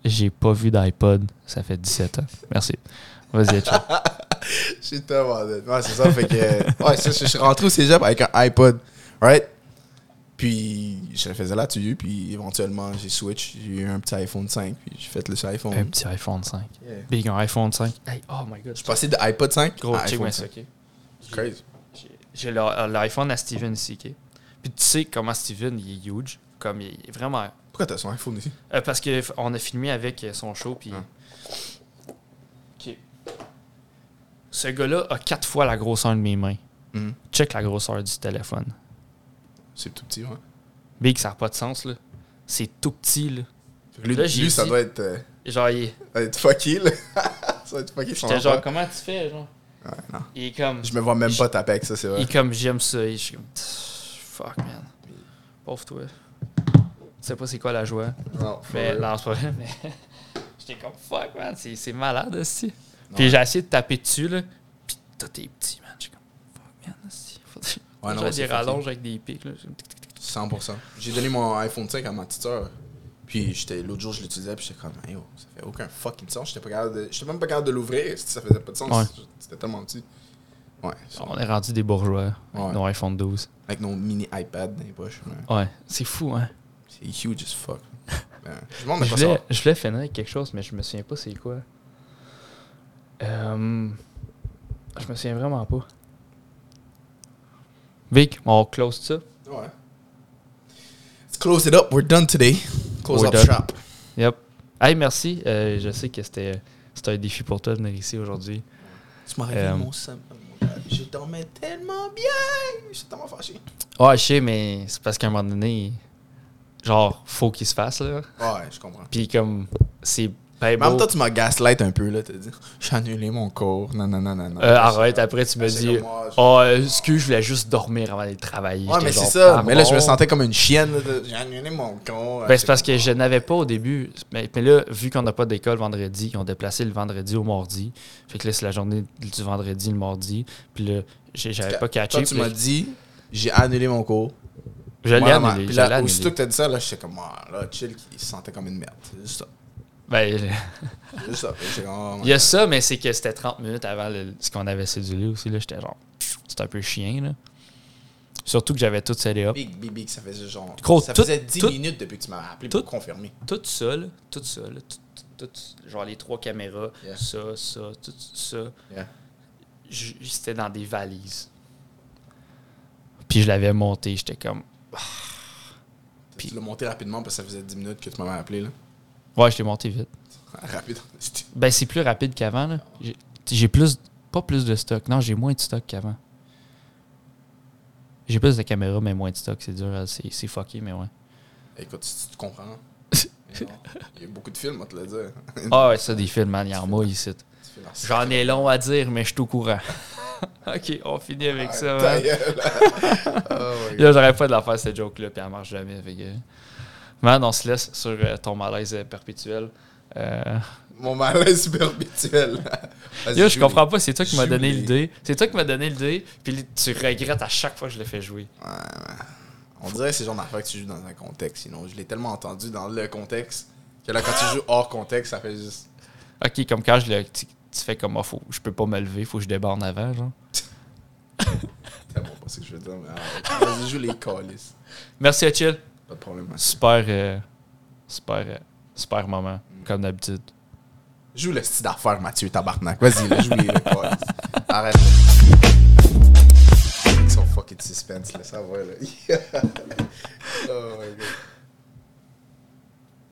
j'ai pas vu d'iPod, ça fait dix-sept ans. Merci. Vas-y, Etchel. J'ai tellement de... Ouais, c'est ça, fait que... Ouais, ça, je suis rentré au cégep avec un iPod, right? Puis, je le faisais là-dessus, puis éventuellement, j'ai switch. J'ai eu un petit iPhone cinq, puis j'ai fait le sur iPhone. Un petit iPhone cinq. Yeah. Big, un iPhone cinq. Hey, oh my God. Je suis passé de iPod cinq Gros, à check iPhone moi cinq. ça, OK? C'est crazy. J'ai, j'ai le- l'iPhone à Steven ici, OK? Puis tu sais comment Steven, il est huge. Comme, il est vraiment... Pourquoi t'as son iPhone ici? Euh, parce qu'on a filmé avec euh, son show, puis... Hum. OK. Ce gars-là a quatre fois la grosseur de mes mains. Mm. Check la grosseur du téléphone. C'est tout petit, ouais. Big, ça n'a pas de sens, là. C'est tout petit, là. Fait que lui, Là, j'ai lui ça dit- doit être... euh, Genre, il... ça doit être fucké, là. Ça doit être fucké, son J'étais genre, enfant. comment tu fais, genre? Ouais, non. Il est comme... Je me vois même Je- pas taper avec ça, c'est Il vrai. est comme, j'aime ça. Et je suis comme, fuck, man. Pauvre toi. Tu sais pas c'est quoi la joie. Non, for Mais real. non, c'est pas vrai, mais... J'étais comme, fuck, man, c'est, c'est malade, aussi. Ouais. Puis j'ai essayé de taper dessus, là. Puis tout est petit, man. J'étais comme, fuck, man, aussi. Faut Ouais, non, j'ai c'est des fucké. rallonges avec des pics, là. cent pour cent. J'ai donné mon iPhone cinq à ma petite soeur. Puis j'étais, l'autre jour, je l'utilisais, puis j'étais comme, hey, yo, ça fait aucun fucking sens. J'étais, pas capable de, j'étais même pas capable de l'ouvrir, ça faisait pas de sens. Ouais. C'était tellement petit. Ouais. ça- On est rendu des bourgeois avec Ouais. nos iPhone douze. Avec nos mini iPad dans les poches. Ouais. Ouais, c'est fou, hein. C'est huge as fuck. Ben, je me demande de Je quoi ça voulais, va. je voulais finir avec quelque chose, mais je me souviens pas c'est quoi. Euh, je me souviens vraiment pas. Vic, on close ça. Ouais. Let's close it up. We're done today. Close We're up done. shop. Yep. Hey, merci. Euh, je sais que c'était, c'était un défi pour toi de venir ici aujourd'hui. Tu m'as réveillé Euh, mon sam. Je dormais tellement bien. Je suis tellement fâché. Ouais, je sais, mais c'est parce qu'à un moment donné, genre, faut qu'il se fasse, là. Ouais, je comprends. Puis comme, c'est ben Mais en même beau. temps, tu m'as gaslight un peu, là. T'as dit, j'ai annulé mon cours. Non, non, non, non, non. Euh, arrête, après tu me C'est dis, comme moi, je- oh, euh, excuse, je voulais juste dormir avant d'aller travailler. Ouais, J'étais mais genre, c'est ça. pardon. Mais là, je me sentais comme une chienne. là, de- J'ai annulé mon cours. Ben, c'est parce que je n'avais pas au début. Mais, mais là, vu qu'on n'a pas d'école vendredi, ils ont déplacé le vendredi au mardi. Fait que là, c'est la journée du vendredi le mardi. Puis là, j'ai- j'avais pas catché. Toi, tu puis m'as là, dit, j'ai annulé mon cours. je l'ai Moi, annulé. Puis je l'ai là, annulé. aussitôt que t'as dit ça, là, j'étais comme, ah, là, chill, il se sentait comme une merde. C'est juste ça. Ben, C'est juste ça. J'étais comme, oh, il y a ça, mais c'est que c'était trente minutes avant le- ce qu'on avait cédulé aussi. Là, j'étais genre, c'est un peu chien, là. Surtout que j'avais tout set up. Big, big, big, ça faisait genre. Gros, ça tout- faisait dix tout- minutes depuis que tu m'as appelé tout- pour confirmer. Tout ça, là, tout ça, là, tout, tout, tout- genre les trois caméras, Yeah. ça, ça, tout ça, Yeah. j- c'était dans des valises. Puis je l'avais monté, j'étais comme, Puis tu l'as monté rapidement parce que ça faisait dix minutes que tu m'avais appelé, là. ouais, je l'ai monté vite. Rapide. Ben, c'est plus rapide qu'avant, là. J'ai, j'ai plus, pas plus de stock. Non, j'ai moins de stock qu'avant. J'ai plus de caméras, mais moins de stock. C'est dur, à- c'est, c'est fucké, mais ouais. Écoute, si tu comprends. Non, il y a beaucoup de films, on te le dire. Ah ouais, ça, des films, man, il y en a ici. Tu fais la- J'en ai long à dire, mais je suis au courant. OK, on finit avec ça, Ta man. gueule. Oh my God. Là, j'arrête pas de la faire, cette joke-là, puis elle marche jamais. Fait que... Man, on se laisse sur euh, ton malaise euh, perpétuel. Euh... Mon malaise perpétuel. Vas-y, Yo, je joue comprends pas, c'est toi qui m'as Joue donné les- l'idée. C'est toi qui m'as donné l'idée, puis tu regrettes à chaque fois que je le fais jouer. Ouais, ouais. On dirait que c'est le genre d'affaire que tu joues dans un contexte. Sinon, je l'ai tellement entendu dans le contexte que là, quand tu joues hors contexte, ça fait juste. OK, comme quand je le, tu, tu fais comme, oh, faut, je peux pas me lever, faut que je déborde avant, genre. Tellement pas ce que je veux dire. Mais arrête. Vas-y, joue les calices. Merci à Chill. Pas de problème. hein. Super, euh, super, euh, super moment, comme d'habitude. Joue le style d'affaires, Mathieu, tabarnak. Vas-y, là, joue les là, calices. Arrête. Ils sont fucking suspense, là. Ça va, là. Oh my God.